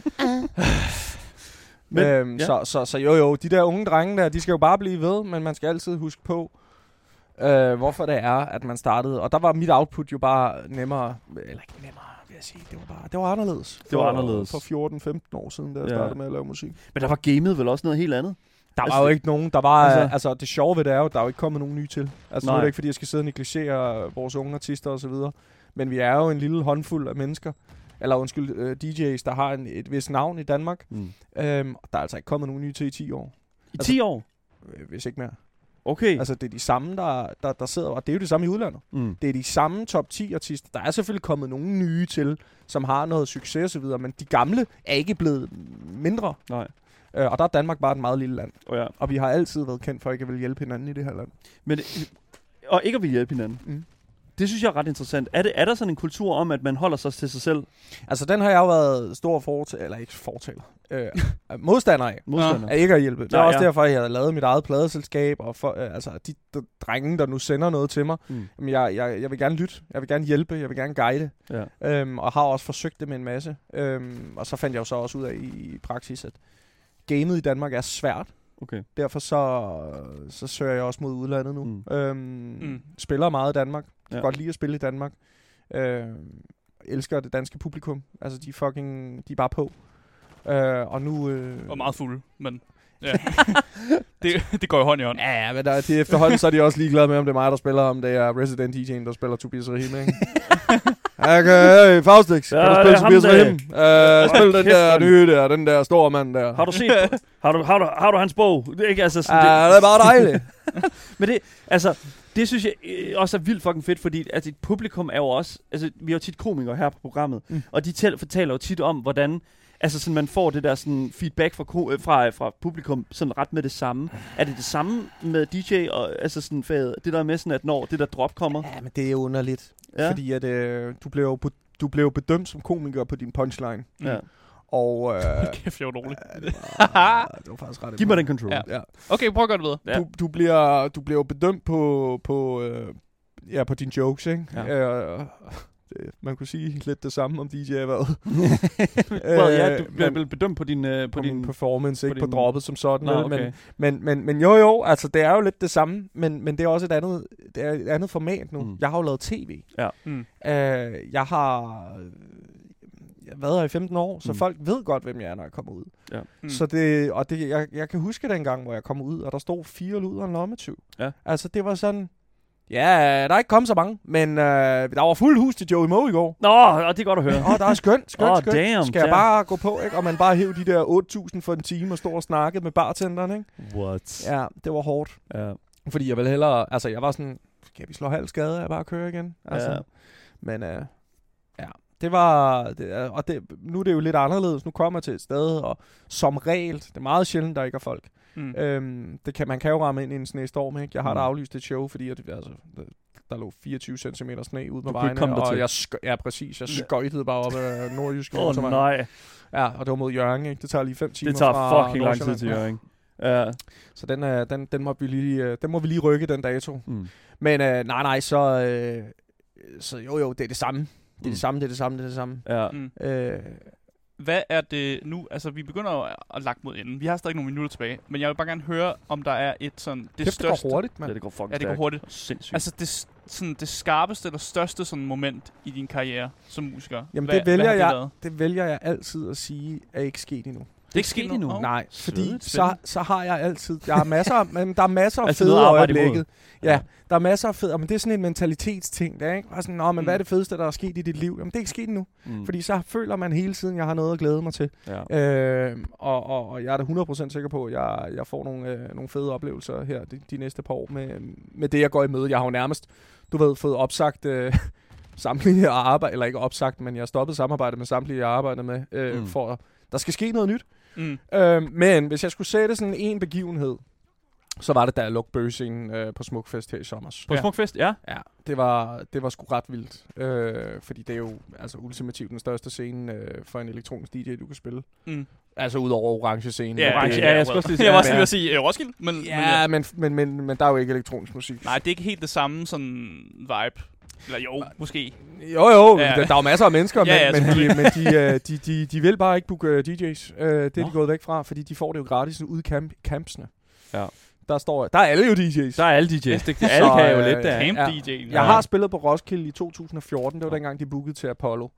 Så jo, de der unge drenge der, de skal jo bare blive ved, men man skal altid huske på, hvorfor det er, at man startede. Og der var mit output jo bare nemmere, eller ikke nemmere, vil jeg sige. Det var anderledes. Det var anderledes. For 14-15 år siden, da jeg startede med at lave musik. Men der var gamet vel også noget helt andet? Der var jo ikke nogen, der var, altså det sjove ved det er jo, der er jo ikke kommet nogen nye til. Altså nu er det ikke, fordi jeg skal sidde og negligere vores unge artister og så videre. Men vi er jo en lille håndfuld af mennesker, eller DJ's, der har et vist navn i Danmark. Der er altså ikke kommet nogen nye til i 10 år. I 10 år? Hvis ikke mere. Okay. Altså det er de samme, der sidder, og det er jo det samme i udlandet. Det er de samme top 10 artister. Der er selvfølgelig kommet nogle nye til, som har noget succes og så videre, men de gamle er ikke blevet mindre. Nej. Og der er Danmark bare et meget lille land. Ja. Og vi har altid været kendt for ikke at ville hjælpe hinanden i det her land. Og ikke at ville hjælpe hinanden? Det synes jeg er ret interessant. Er der sådan en kultur om, at man holder sig til sig selv? Altså, den har jeg jo været stor modstander af. Modstander. Af ikke at hjælpe. Det er også derfor, jeg har lavet mit eget pladeselskab, og de drenge, der nu sender noget til mig, jamen, jeg vil gerne lytte, jeg vil gerne hjælpe, jeg vil gerne guide, og har også forsøgt det med en masse. Og så fandt jeg jo så også ud af i praksis, at gamet i Danmark er svært. Okay. Derfor så søger jeg også mod udlandet nu. Spiller meget i Danmark. Jeg kan godt lide at spille i Danmark. Elsker det danske publikum. Altså, de er bare på. Og nu... Og meget fulde, men... Ja. det går jo hånd i hånd. Ja, men efterhånden så er de også ligeglade med, om det er mig, der spiller, om det er Resident DJ'en, der spiller Tobias Rahim, ikke? Hey, Faustix, kan du spille Tobias Rahim? Spil den der nye der, den der store mand der. Har du set? Har du hans bog? Det er ikke altså sådan, det er bare dejligt. Men det synes jeg også er vildt fucking fedt, fordi altså, et publikum er jo også... Altså, vi har jo tit komikere her på programmet, og de fortæller jo tit om, hvordan... Altså sådan, man får det der sådan feedback fra publikum sådan ret med det samme. Er det samme med DJ og altså sådan faget, det der med sådan, at når det der drop kommer? Ja, men det er underligt. Ja. Fordi at du blev bedømt som komiker på din punchline. Ja. Og kæft, jeg var dårlig. Det var faktisk ret. Giv mig den control. Ja. Okay, prøv at gøre det videre. Ja. Du bliver bedømt på dine jokes, ikke? Ja. Man kunne sige lidt det samme om DJ hvad. Du bliver bedømt på din performance, ikke på droppet som sådan. Okay. Men jo, altså det er jo lidt det samme, men det er også et andet format nu. Jeg har jo lavet tv. Ja. Jeg har været her i 15 år, så folk ved godt, hvem jeg er, når jeg kommer ud. Ja. Så jeg kan huske den gang, hvor jeg kom ud, og der stod 4 luder og en lommetyv. Ja. Altså det var sådan... Ja, der er ikke kommet så mange, men der var fuld hus til Joey Moe i går. Nå, det er godt at høre. Der er skønt. Damn, skal jeg bare gå på, ikke? Og man bare hæve de der 8.000 for en time og stå og snakke med bartenderen, ikke? What? Ja, det var hårdt. Ja. Fordi jeg ville hellere... Altså, jeg var sådan... Skal vi slå halv skade af bare at køre igen? Altså, ja. Men det var... Nu er det jo lidt anderledes. Nu kommer jeg til et sted, og som regel... Det er meget sjældent, der ikke er folk. Man kan jo ramme ind i en snestorm, ikke? Jeg har da aflyst et show, fordi der lå 24 cm sne ud med vejene, og jeg skøjtede bare op af nordjysk. Nej. Ja, og det var mod Hjørring, ikke? Det tager lige 5 timer. Det tager fucking lang tid til Hjørring. Ja. Så den må vi lige rykke, den dato. Men nej, så jo, det er det samme. Det er det samme. Ja. Hvad er det nu? Altså, vi begynder at lagt mod enden. Vi har stadig nogle minutter tilbage, men jeg vil bare gerne høre, om der er et sådan... Det går hurtigt, mand. Ja, det går fucking det går hurtigt. Sindssygt. Altså, det skarpeste eller største sådan moment i din karriere som musiker. Jamen, det vælger jeg altid at sige, er ikke sket endnu. Det er ikke sket endnu? Nej, fordi så har jeg altid... Der er masser af fede øjeblikke. Ja, der er masser af fede... Men det er sådan en mentalitetsting, der, ikke? Sådan, men hvad er det fedeste, der er sket i dit liv? Jamen, det er ikke sket endnu. Fordi så føler man hele tiden, jeg har noget at glæde mig til. Ja. Og jeg er da 100% sikker på, at jeg får nogle fede oplevelser her de næste par år med det, jeg går i møde. Jeg har jo nærmest, fået opsagt... samtlige arbejde, eller ikke opsagt, men jeg har stoppet samarbejde med samtlige, jeg arbejder med, for der skal ske noget nyt. Men hvis jeg skulle sætte sådan en begivenhed, så var det, da jeg lukkede bøgescenen på Smukfest her i sommer. På Smukfest, ja? Ja, det var sgu ret vildt. Fordi det er jo altså ultimativt den største scene for en elektronisk DJ, du kan spille. Altså udover orange scene. Ja, jeg skulle også lige sige. Jeg var også lige at sige Roskilde, men der er jo ikke elektronisk musik. Nej, det er ikke helt det samme sådan vibe. Eller jo, måske. Jo, ja. Der er jo masser af mennesker, men de vil bare ikke booke DJ's. Det er de gået væk fra, fordi de får det jo gratis ude i campsene. Ja. Der er alle jo DJ's. Der er alle DJ's. Alle kan jo lidt der. Camp DJ. Jeg har spillet på Roskilde i 2014. Det var dengang, de bookede til Apollo.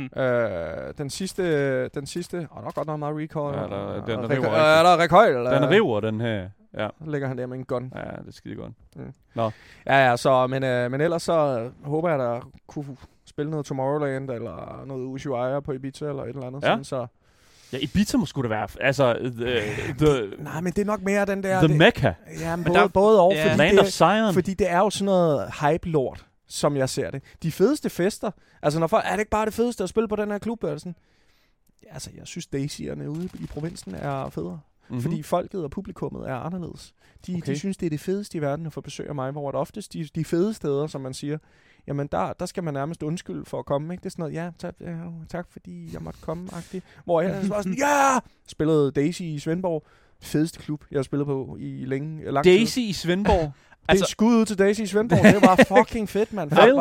Den sidste... der er godt nok meget recall. Ja, der er Rekøj. Den river, den her. Ja. Så ligger han der med en gun. Ja, det er skide godt. Nå. Ja, så, men ellers så håber jeg, der kunne spille noget Tomorrowland, eller noget Ushuaia på Ibiza, eller et eller andet. Sådan, så. Ja, Ibiza må sgu da være, altså... Nej, men det er nok mere den der... The Mecca. Ja, men både og. Yeah. Land of Zion. Fordi det er jo sådan noget hype-lort, som jeg ser det. De fedeste fester, altså når folk, er det ikke bare det fedeste at spille på den her klub? Eller sådan? Altså, jeg synes Daisy'erne ude i provinsen er federe. Fordi folket og publikummet er anderledes. De synes, det er det fedeste i verden at få besøg af mig, hvor det oftest de fede steder, som man siger, jamen der skal man nærmest undskylde for at komme, ikke? Det er sådan noget, tak fordi jeg måtte komme-agtigt. Hvor jeg var sådan, spillede Daisy i Svendborg. Fedeste klub, jeg har spillet på i lang Daisy i Svendborg? Det er skud ud til Daisy i Svendborg. Det var fucking fedt, mand. Folk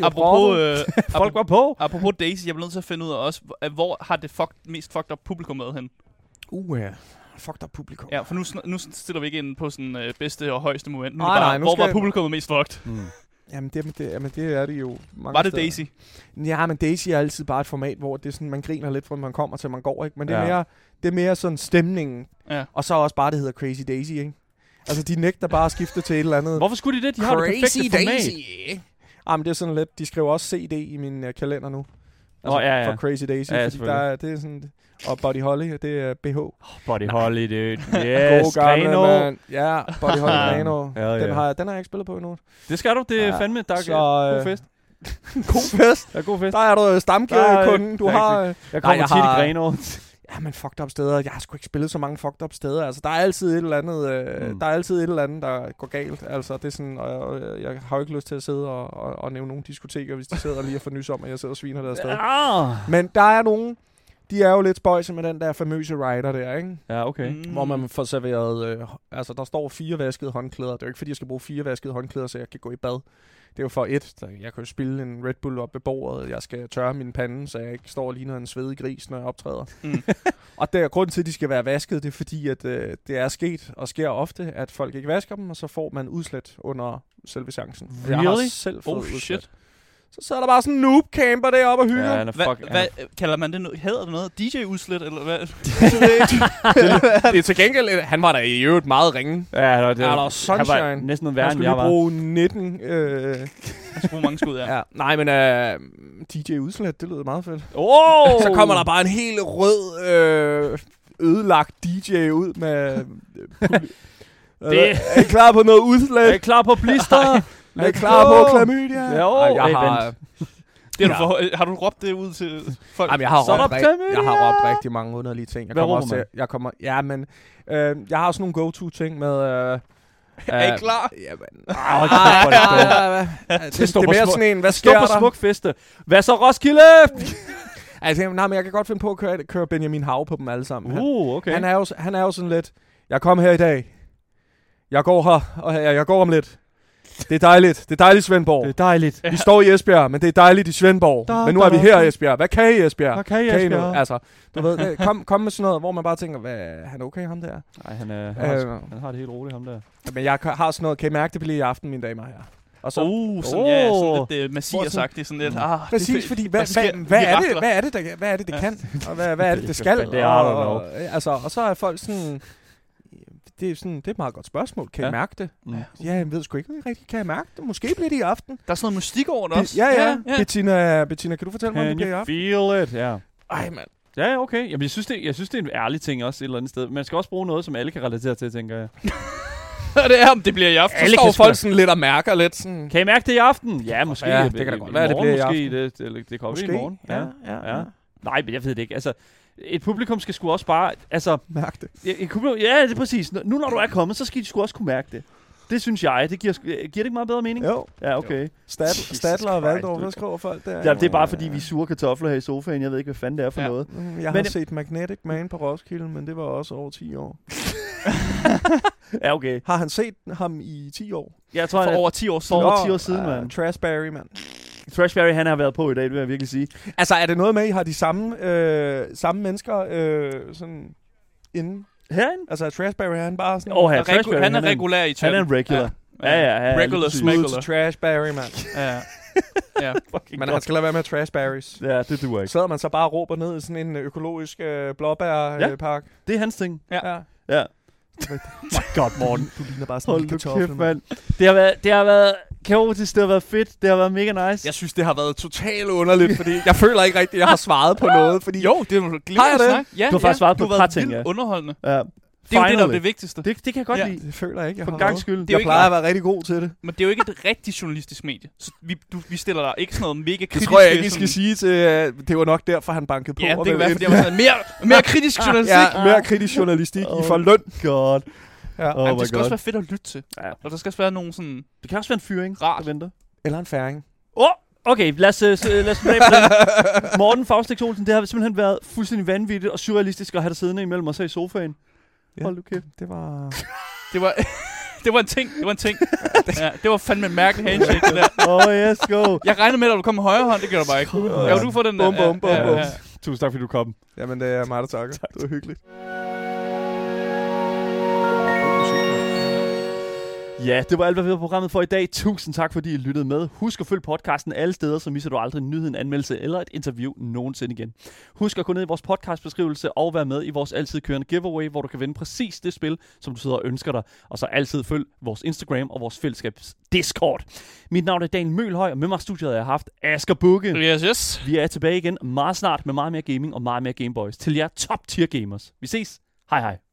var på. Apropos Daisy, jeg bliver nødt til at finde ud af også, hvor har det mest fucked up publikum været hen? Fucked up publikum. Ja, for nu stiller vi ikke ind på sådan bedste og højeste moment. Hvor var publikummet mest fucked? Jamen det er det jo mange Var det steder. Daisy? Ja, men Daisy er altid bare et format, hvor det er sådan, man griner lidt, fra man kommer til man går, ikke? Men det er mere sådan stemningen. Ja. Og så også bare, det hedder Crazy Daisy, ikke? Altså, de nægter bare at skifte til et eller andet. Hvorfor skulle de det? De har det perfekte format. Men det er sådan lidt, de skriver også CD i min kalender nu. Altså, for Crazy Daisy, fordi det er sådan... Og Buddy Holly, det er BH. Buddy Holly, det er yes, Greno. Ja, Buddy Holly Greno. Den har jeg ikke spillet på endnu. Det skal du, det er fandme god fest. God fest? Ja, god fest. Der er du stamkunden, du har... Jeg kommer tit i Greno. Ja, men fucked up steder. Jeg har sgu ikke spillet så mange fucked up steder. Altså, der er altid et eller andet, der går galt. Altså, det er sådan, jeg har jo ikke lyst til at sidde og nævne nogle diskoteker, hvis de sidder lige og får nys om, at jeg sidder og sviner der afsted. Men der er nogen, de er jo lidt spøjse med den der famøse rider der, ikke? Ja, okay. Hvor man får serveret... altså, der står 4 vaskede håndklæder. Det er jo ikke, fordi jeg skal bruge 4 vaskede håndklæder, så jeg kan gå i bad. Det er jo for jeg kan jo spille en Red Bull op ved bordet. Jeg skal tørre min pande, så jeg ikke står og ligner en svedig gris, når jeg optræder. Og der grunden til, at de skal være vasket, det er fordi, at det er sket og sker ofte, at folk ikke vasker dem, og så får man udslæt under selve chancen. Really? Jeg har selv fået udslæt. Så sidder der bare sådan en noob-camper deroppe og hygger. Ja, hvad kalder man det? Hedder det noget? DJ-udslæt, eller hvad? Det er til gengæld... Han var der i øvrigt meget ringe. Ja, det var sunshine. Han var næsten noget værre, end jeg var. Han skulle bruge 19... Han skulle bruge mange skud, ja. Nej, men DJ-udslæt, det lyder meget fedt. Så kommer der bare en helt rød, ødelagt DJ ud med... Er I klar på noget udslæt? Er I klar på blister? Er I klar på klamydia? Har du råbt det ud til folk? Jamen, jeg har råbt rigtig mange underlige ting. Jeg har sådan nogle go-to-ting med... er I klar? Jamen... Det er mere sådan en, hvad sker der? Stå på smukfeste. Hvad så, Roskilde? Altså, men jeg kan godt finde på at køre Benjamin Hav på dem alle sammen. Okay. Han er jo sådan lidt... Jeg kom her i dag. Jeg går her, og jeg går om lidt. Det er dejligt. Det er dejligt, Svendborg. Det er dejligt. Vi står i Esbjerg, men det er dejligt i Svendborg. Men nu er vi her i Esbjerg. Hvad kan I Esbjerg? Hvad kan I Esbjerg? Altså, du ved, kom med sådan noget, hvor man bare tænker, hvad, han er okay, ham der? Nej, han har det helt roligt, ham der. Men jeg har sådan noget, kan I mærke, det bliver i aften, mine damer her? Og så, sådan lidt Messias-agtigt, sådan lidt, præcis, fordi hvad er det, det kan? Og hvad er det, det skal? Og så er folk sådan... Det er et meget godt spørgsmål. Kan I mærke det? Ja, jeg ved sgu ikke rigtigt. Kan jeg mærke det? Måske bliver det i aften. Der er sådan noget mystik over det også. Ja. Bettina, kan du fortælle mig, om det bliver i aften? Feel it, ja. Ej, mand. Ja, okay. Jamen, jeg synes, det er en ærlig ting også et eller andet sted. Man skal også bruge noget, som alle kan relatere til, tænker jeg. Det er, om det bliver i aften. Alle står folk sådan lidt og mærker lidt sådan... Kan I mærke det i aften? Ja, måske. Ja, det kan da godt være, det bliver i aften. Det kommer i morgen. Ja. Nej, men jeg ved det ikke. Altså... Et publikum skal sgu også bare... Altså, mærke det. Ja, det er præcis. Nu når du er kommet, så skal de sgu også kunne mærke det. Det synes jeg. Det giver det ikke meget bedre mening? Jo. Ja, okay. Stadler og Valdorf, hvad skriver folk der? Ja, det er bare fordi, vi er sure kartofler her i sofaen. Jeg ved ikke, hvad fanden det er for noget. Jeg har set Magnetic Man på Roskilde, men det var også over 10 år. Ja, okay. Har han set ham i 10 år? Jeg tror, for over 10 år siden. For over 10 år siden, mand. Trashberry, mand. Trashberry, han har været på i dag, det vil jeg virkelig sige. Altså, er det noget med, at I har de samme mennesker sådan inden? Herinde? Altså, Trashberry, han bare sådan... Han er regulær i chatten. Han er en regular. Ja. Regular smuggler. Trashberry, mand. Ja. Men han skal lade være med Trashberries. Ja, det duer ikke. Sidder man så bare og råber ned i sådan en økologisk blåbærpark. Det er hans ting. Ja. My God, Morten. Du ligner bare sådan en kartoffel, mand. Det har været kaotisk, det har været fedt, det har været mega nice. Jeg synes, det har været totalt underligt, fordi jeg føler ikke rigtigt, at jeg har svaret på noget. Fordi jo, det er jo glimrende snak. Ja, du har faktisk svaret på et par ting, underholdende. Ja. Det er jo det, der er det vigtigste. Det kan jeg godt lide. Det føler jeg ikke, jeg for har gang skyld. Jeg plejer at være rigtig god til det. Men det er jo ikke et rigtigt journalistisk medie. Så vi stiller der ikke sådan noget mega kritisk. Det tror jeg ikke, I skal sige til... det var nok derfor, han bankede på. Ja, det kan være, fordi jeg var sådan mere kritisk journalistik. Ja, mere kritisk journalistik. I får løn. God. Ja. Det skal også være fedt at lytte til. Ja. Og der skal også være nogen sådan... Det kan også være en fyring, der venter. Eller en færing. Okay, lad os smage på den. Morten Faustik Olsen, det har simpelthen været fuldstændig vanvittigt og surrealistisk at have dig siddende imellem os her i sofaen. Ja, hold du kæft. Det var en ting. Ja, det var fandme en mærkelig handshake, det der. Yes, go. Jeg regnede med, at du kom med højre hånd. Det gør du bare ikke. Ja, du får den der. Bum. Tusind tak, fordi du kom. Jamen, det er mig, der takker. Tak. Det var hyggeligt. Ja, det var alt, hvad vi havde på programmet for i dag. Tusind tak, fordi I lyttede med. Husk at følge podcasten alle steder, så misser du aldrig en nyhed, en anmeldelse eller et interview nogensinde igen. Husk at gå ned i vores podcastbeskrivelse og være med i vores altid kørende giveaway, hvor du kan vinde præcis det spil, som du sidder og ønsker dig. Og så altid følg vores Instagram og vores fællesskabs Discord. Mit navn er Daniel Mølhøj, og med mig i studiet har jeg haft Asger Bukke. Yes. Vi er tilbage igen meget snart med meget mere gaming og meget mere Gameboys til jer top tier gamers. Vi ses. Hej hej.